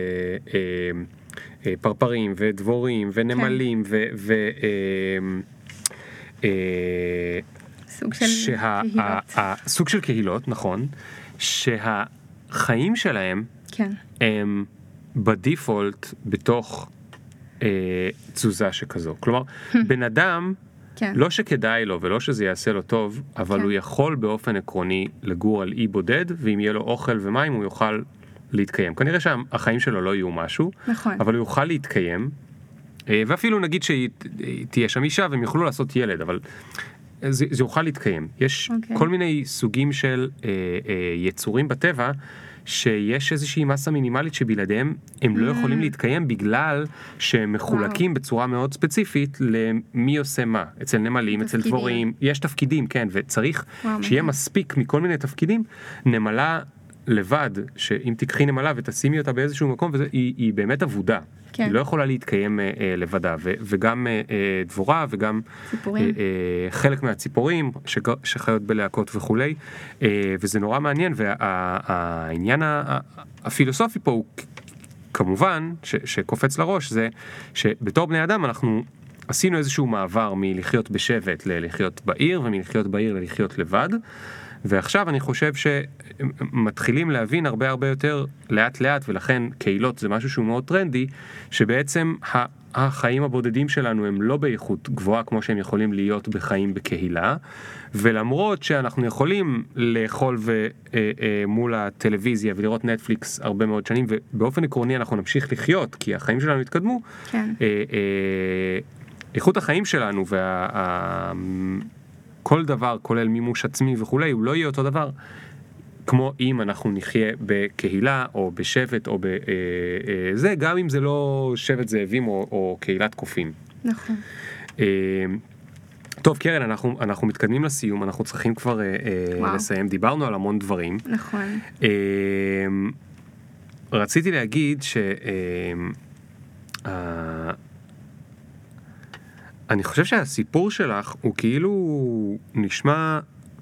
פרפרים ודבורים ונמלים סוג של קהילות. סוג של קהילות, נכון, שהחיים שלהם כן. הם בדיפולט בתוך תזוזה שכזו. כלומר, בן אדם, כן. לא שכדאי לו ולא שזה יעשה לו טוב, אבל כן. הוא יכול באופן עקרוני לגור על אי בודד, ואם יהיה לו אוכל ומים הוא יוכל להתקיים. כנראה שהחיים שלו לא יהיו משהו, נכון. אבל הוא יוכל להתקיים, ואפילו נגיד שתהיה שם אישה והם יוכלו לעשות ילד, אבל זה יוכל להתקיים. יש כל מיני סוגים של יצורים בטבע, שיש איזושהי מסה מינימלית שבלעדיהם הם לא יכולים להתקיים בגלל שהם מחולקים בצורה מאוד ספציפית למי עושה מה. אצל נמלים, אצל דבורים, יש תפקידים, כן, וצריך שיהיה מספיק מכל מיני תפקידים. נמלה לבד, שאם תקחי נמלה ותשימי אותה באיזשהו מקום, היא באמת עבודה. היא לא יכולה להתקיים לבדה, וגם דבורה וגם חלק מהציפורים שחיות בלהקות וכולי, וזה נורא מעניין, והעניין הפילוסופי פה הוא כמובן שקופץ לראש, זה שבתור בני אדם אנחנו עשינו איזשהו מעבר מלחיות בשבט ללחיות בעיר, ומלחיות בעיר ללחיות לבד, ועכשיו אני חושב שמתחילים להבין הרבה הרבה יותר לאט לאט, ולכן קהילות זה משהו שהוא מאוד טרנדי, שבעצם החיים הבודדים שלנו הם לא באיכות גבוהה כמו שהם יכולים להיות בחיים בקהילה, ולמרות שאנחנו יכולים לאכול מול הטלוויזיה ולראות נטפליקס הרבה מאוד שנים, ובאופן עקרוני אנחנו נמשיך לחיות, כי החיים שלנו התקדמו, כן. איכות החיים שלנו כל דבר, כולל מימוש עצמי וכולי, הוא לא יהיה אותו דבר, כמו אם אנחנו נחיה בקהילה, או בשבט, או בזה, גם אם זה לא שבט זאבים, או קהילת קופים. נכון. טוב, קרן, אנחנו מתקדמים לסיום, אנחנו צריכים כבר לסיים, דיברנו על המון דברים. נכון. רציתי להגיד אני חושב שהסיפור שלך הוא כאילו נשמע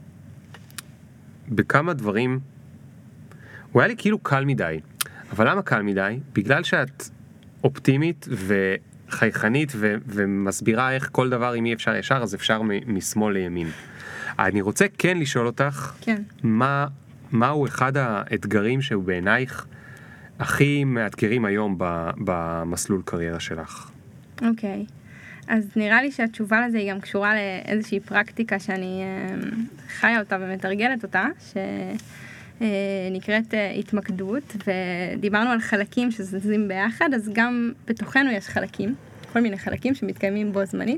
בכמה דברים, הוא היה לי כאילו קל מדי. אבל למה קל מדי? בגלל שאת אופטימית וחייכנית ומסבירה איך כל דבר, אם אי אפשר ישר, אז אפשר משמאל לימין. אני רוצה כן לשאול אותך, כן. מהו אחד האתגרים שהוא בעינייך הכי מאתגרים היום במסלול קריירה שלך? אוקיי. אז נראה לי שהתשובה לזה היא גם קשורה לאיזושהי פרקטיקה שאני חיה אותה ומתרגלת אותה, שנקראת התמקדות, ודיברנו על חלקים שזזים ביחד, אז גם בתוכנו יש חלקים, כל מיני חלקים שמתקיימים בו זמנית,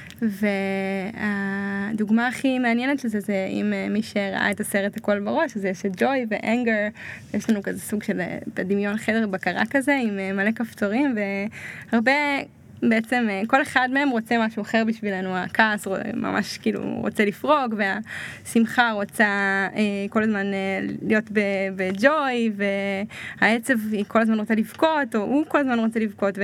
והדוגמה הכי מעניינת לזה זה אם מי שראה את הסרט הכל בראש, אז יש את ג'וי ואנגר, יש לנו כזה סוג של בדמיון חדר בקרה כזה עם מלא כפתורים, והרבה בעצם כל אחד מהם רוצה משהו אחר בשבילנו, הכעס ממש כאילו רוצה לפרוג, והשמחה רוצה כל הזמן להיות בג'וי, והעצב היא כל הזמן רוצה לבכות, או הוא כל הזמן רוצה לבכות,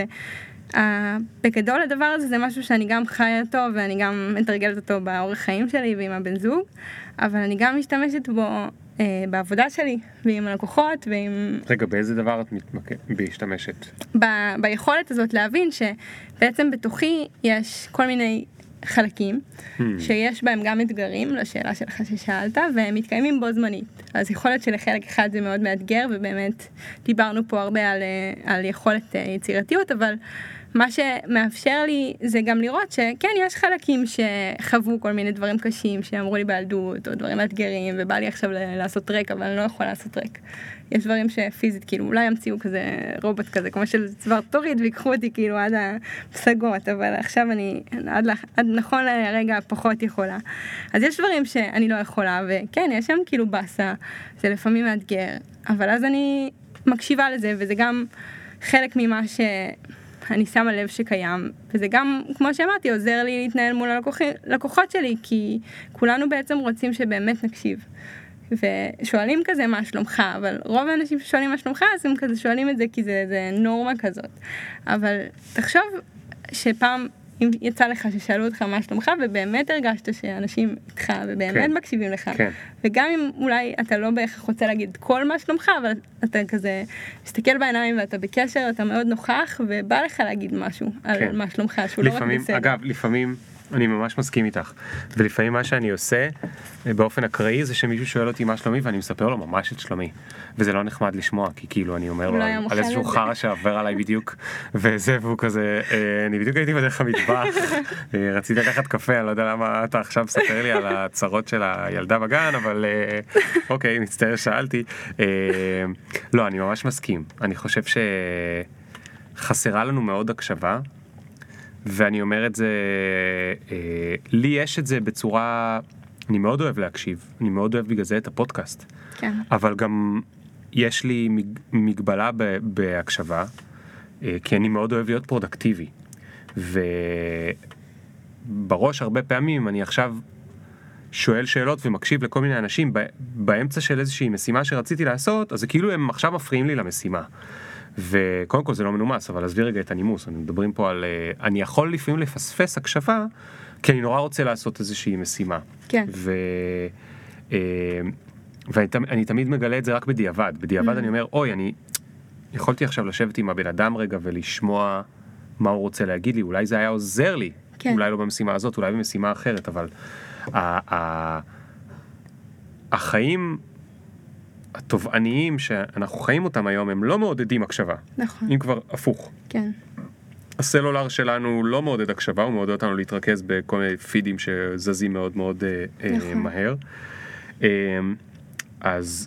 בגדול הדבר הזה זה משהו שאני גם חיה אותו, ואני גם מתרגלת אותו באורח חיים שלי ועם הבן זוג, אבל אני גם משתמשת בו בעבודה שלי, ועם הלקוחות, ועם... רגע, באיזה דבר את משתמשת? ביכולת הזאת להבין שבעצם בתוכי יש כל מיני חלקים, שיש בהם גם אתגרים, לשאלה שלך ששאלת, והם מתקיימים בו זמנית. אז יכולת שלחלק אחד זה מאוד מאתגר, ובאמת דיברנו פה הרבה על יכולת יצירתיות, אבל מה שמאפשר לי זה גם לראות שכן, יש חלקים שחוו כל מיני דברים קשים, שאמרו לי בילדות, או דברים מאתגרים, ובא לי עכשיו לעשות טרק, אבל אני לא יכולה לעשות טרק. יש דברים שפיזית, כאילו, אולי ימציאו כזה רובוט כזה, כמו של צוואר תוריד, ויקחו אותי כאילו עד הפסגות, אבל עכשיו אני עד נכון לרגע פחות יכולה. אז יש דברים שאני לא יכולה, וכן, יש שם כאילו בסה, זה לפעמים מאתגר, אבל אז אני מקשיבה לזה, וזה גם חלק ממה אני שמה לב שקיים, וזה גם, כמו שאמרתי, עוזר לי להתנהל מול הלקוחות שלי, כי כולנו בעצם רוצים שבאמת נקשיב. ושואלים כזה מה שלומך, אבל רוב האנשים ששואלים מה שלומך, אז הם כזה שואלים את זה כי זה נורמה כזאת. אבל תחשוב שפעם, אם יצא לך ששאלו אותך מה שלומך, ובאמת הרגשת שאנשים איתך, ובאמת מקשיבים לך, וגם אם אולי אתה לא בהכרח רוצה להגיד כל מה שלומך, אבל אתה כזה מסתכל בעיניים ואתה בקשר, אתה מאוד נוכח, ובא לך להגיד משהו על מה שלומך, שהוא לא רק בסדר. אגב, לפעמים אני ממש מסכים איתך. ולפעמים מה שאני עושה באופן אקראי זה שמישהו שואל אותי מה שלומי ואני מספר לו ממש את שלומי. וזה לא נחמד לשמוע, כי כאילו אני אומר לו על איזשהו חרא שעבר עליי בדיוק, וזה והוא כזה, אני בדיוק הייתי בדרך המטבח, רציתי לקחת קפה, אני לא יודע למה אתה עכשיו מספר לי על הצרות של הילדה בגן, אבל אוקיי, מצטער שאלתי. לא, אני ממש מסכים. אני חושב שחסרה לנו מאוד הקשבה, ואני אומר את זה, לי יש את זה בצורה, אני מאוד אוהב להקשיב, אני מאוד אוהב בגלל זה את הפודקאסט. כן. אבל גם יש לי מגבלה בהקשבה, כי אני מאוד אוהב להיות פרודקטיבי. ובראש הרבה פעמים אני עכשיו שואל שאלות ומקשיב לכל מיני אנשים באמצע של איזושהי משימה שרציתי לעשות, אז זה כאילו הם עכשיו מפריעים לי למשימה. וקודם כל זה לא מנומס, אבל עזבי רגע את הנימוס, אני מדברים פה על, אני יכול לפעמים לפספס הקשבה, כי אני נורא רוצה לעשות איזושהי משימה. כן. ואני תמיד מגלה את זה רק בדיעבד. בדיעבד אני אומר, אוי, אני יכולתי עכשיו לשבת עם הבן אדם רגע ולשמוע מה הוא רוצה להגיד לי, אולי זה היה עוזר לי, כן. אולי לא במשימה הזאת, אולי במשימה אחרת, אבל החיים התובעניים שאנחנו חיים אותם היום, הם לא מעודדים הקשבה. נכון. אם כבר הפוך. כן. הסלולר שלנו לא מעודד הקשבה, הוא מעודד אותנו להתרכז בכל מיני פידים שזזים מאוד מאוד נכון. מהר. אז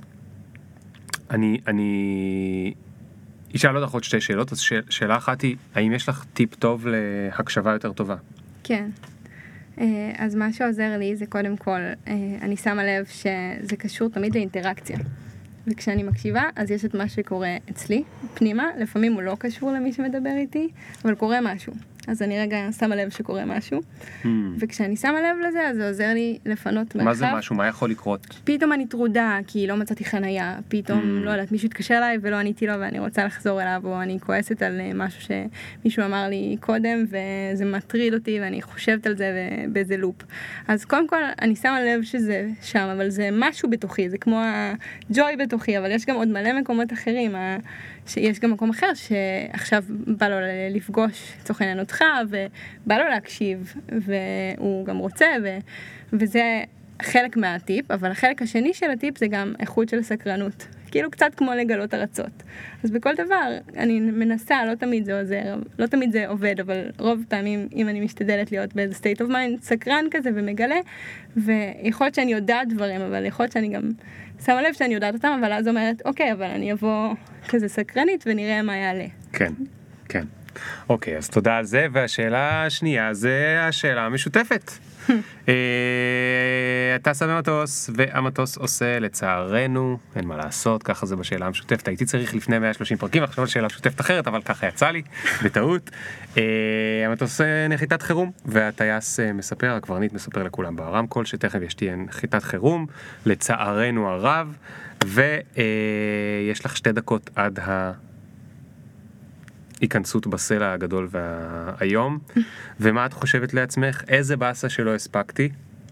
אני אשאל אותך עוד שתי שאלות. אז שאלה אחת היא, האם יש לך טיפ טוב להקשבה יותר טובה? כן. אז מה שעוזר לי זה קודם כל, אני שמה לב שזה קשור תמיד לאינטראקציה. וכשאני מקשיבה, אז יש את מה שקורה אצלי, פנימה, לפעמים הוא לא קשור למי שמדבר איתי, אבל קורה משהו. אז אני רגע שמה לב שקורה משהו, וכשאני שמה לב לזה, אז זה עוזר לי לפנות מרחב. מה זה משהו? מה יכול לקרות? פתאום אני טרודה, כי לא מצאתי חנייה, פתאום, לא יודעת, מישהו התקשר אליי ולא עניתי לו, ואני רוצה לחזור אליו, או אני כועסת על משהו שמישהו אמר לי קודם, וזה מטריד אותי, ואני חושבת על זה באיזה לופ. אז קודם כל, אני שמה לב שזה שם, אבל זה משהו בתוכי, זה כמו הג'וי בתוכי, אבל יש גם עוד מלא מקומות אחרים, שיש גם מקום אחר שעכשיו בא לו לפגוש צורך העניין אותך, ובא לו להקשיב, והוא גם רוצה, וזה חלק מהטיפ, אבל החלק השני של הטיפ זה גם איכות של סקרנות. כאילו קצת כמו לגלות ארצות. אז בכל דבר אני מנסה, לא תמיד זה עוזר, לא תמיד זה עובד, אבל רוב פעמים אם אני משתדלת להיות באיזה state of mind, סקרן כזה ומגלה, ויכול להיות שאני יודעת דברים, אבל יכול להיות שאני גם שמה לב שאני יודעת אותם, אבל אז אומרת, אוקיי, אבל אני אבוא כזה סקרנית ונראה מה יעלה. כן, כן. אוקיי, אז תודה על זה, והשאלה השנייה זה השאלה המשותפת. אתה שם במטוס, והמטוס עושה לצערנו, אין מה לעשות, ככה זה בשאלה המשותפת. הייתי צריך לפני 130 פרקים, עכשיו על שאלה משותפת אחרת, אבל ככה יצא לי, בטעות. המטוס עושה נחיתת חירום, והטייס מספר, הקברניט מספר לכולם ברמקול, שתכף יש תהיה נחיתת חירום, לצערנו הרב, ויש לך 2 דקות עד היכנסות בסלע הגדול והיום. ומה את חושבת לעצמך? איזה באסה שלא הספקתי?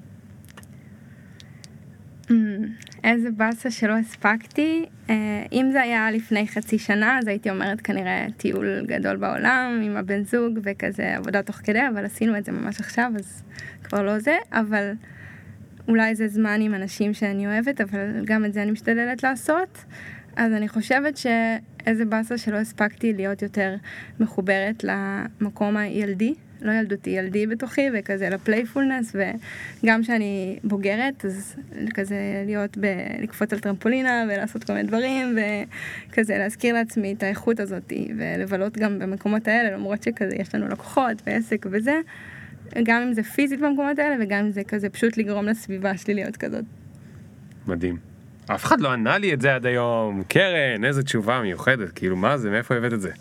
איזה באסה שלא הספקתי? אם זה היה לפני חצי שנה, אז הייתי אומרת כנראה טיול גדול בעולם עם הבן זוג וכזה עבודה תוך כדי, אבל עשינו את זה ממש עכשיו, אז כבר לא זה, אבל אולי זה זמן עם אנשים שאני אוהבת, אבל גם את זה אני משתדלת לעשות. אז אני חושבת שאיזה באסה שלא הספקתי להיות יותר מחוברת למקום הילדי, לא ילדותי, ילדי בתוכי, וכזה לפלייפולנס, וגם שאני בוגרת, אז כזה להיות לקפוץ על טרמפולינה ולעשות כל מיני דברים, וכזה להזכיר לעצמי את האיכות הזאת, ולבלות גם במקומות האלה, למרות שכזה יש לנו לקוחות ועסק וזה, גם אם זה פיזית במקומות האלה, וגם אם זה כזה פשוט לגרום לסביבה שלי להיות כזאת. מדהים. אף אחד לא ענה לי את זה עד היום. קרן, איזו תשובה מיוחדת. כאילו, מה זה? מאיפה הבאת את זה?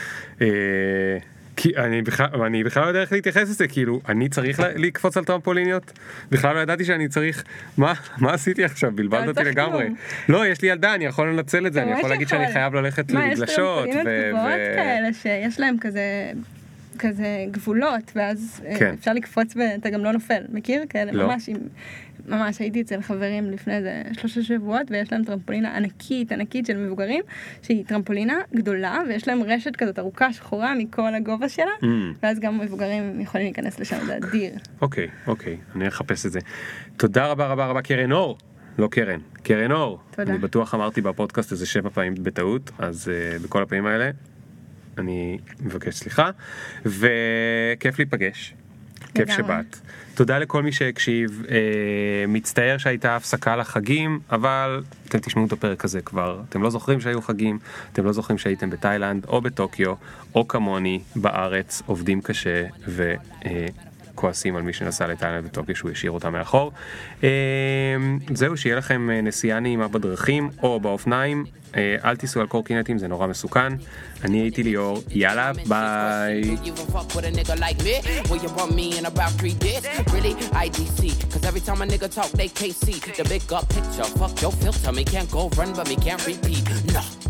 כי אני בכלל לא יודע איך להתייחס לזה. כאילו, אני צריך לקפוץ על טרמפוליניות? בכלל לא ידעתי שאני צריך... מה עשיתי עכשיו? בלבלת אותי לגמרי. לא, יש לי ילדה, אני יכול לנצל את זה. אני יכול להגיד שאני חייב ללכת לגלשות. מה, יש טרמפולינות גבוהות כאלה שיש להם כזה... כזה גבולות, ואז אפשר לקפוץ ואתה גם לא נופל. מכיר? כאלה ממש הייתי אצל חברים לפני איזה 3 שבועות, ויש להם טרמפולינה ענקית של מבוגרים, שהיא טרמפולינה גדולה, ויש להם רשת כזאת ארוכה שחורה מכל הגובה שלה, ואז גם מבוגרים יכולים להיכנס לשם, זה אדיר. אוקיי, אני אחפש את זה. תודה רבה, קרן אור. לא קרן אור. תודה. אני בטוח אמרתי בפודקאסט איזה 7 פעמים בטעות, אז בכל הפעמים האלה אני מבקש סליחה, וכיף להיפגש. כיף שבאת. תודה לכל מי שהקשיב, מצטער שהייתה הפסקה לחגים, אבל אתם תשמעו את הפרק הזה כבר, אתם לא זוכרים שהיו חגים, אתם לא זוכרים שהייתם בתאילנד או בטוקיו, או כמוני בארץ, עובדים קשה וכועסים על מי שנסע לתאילנד וטוקיו שהוא ישאיר אותם מאחור. זהו, שיהיה לכם נסיעה נעימה בדרכים או באופניים, אל תיסעו על קורקינטים, זה נורא מסוכן. אני הייתי ליאור, יאללה, ביי. Cause every time a nigga talk, they can't see the big up picture. Fuck your filter, me can't go run, but me can't repeat. No.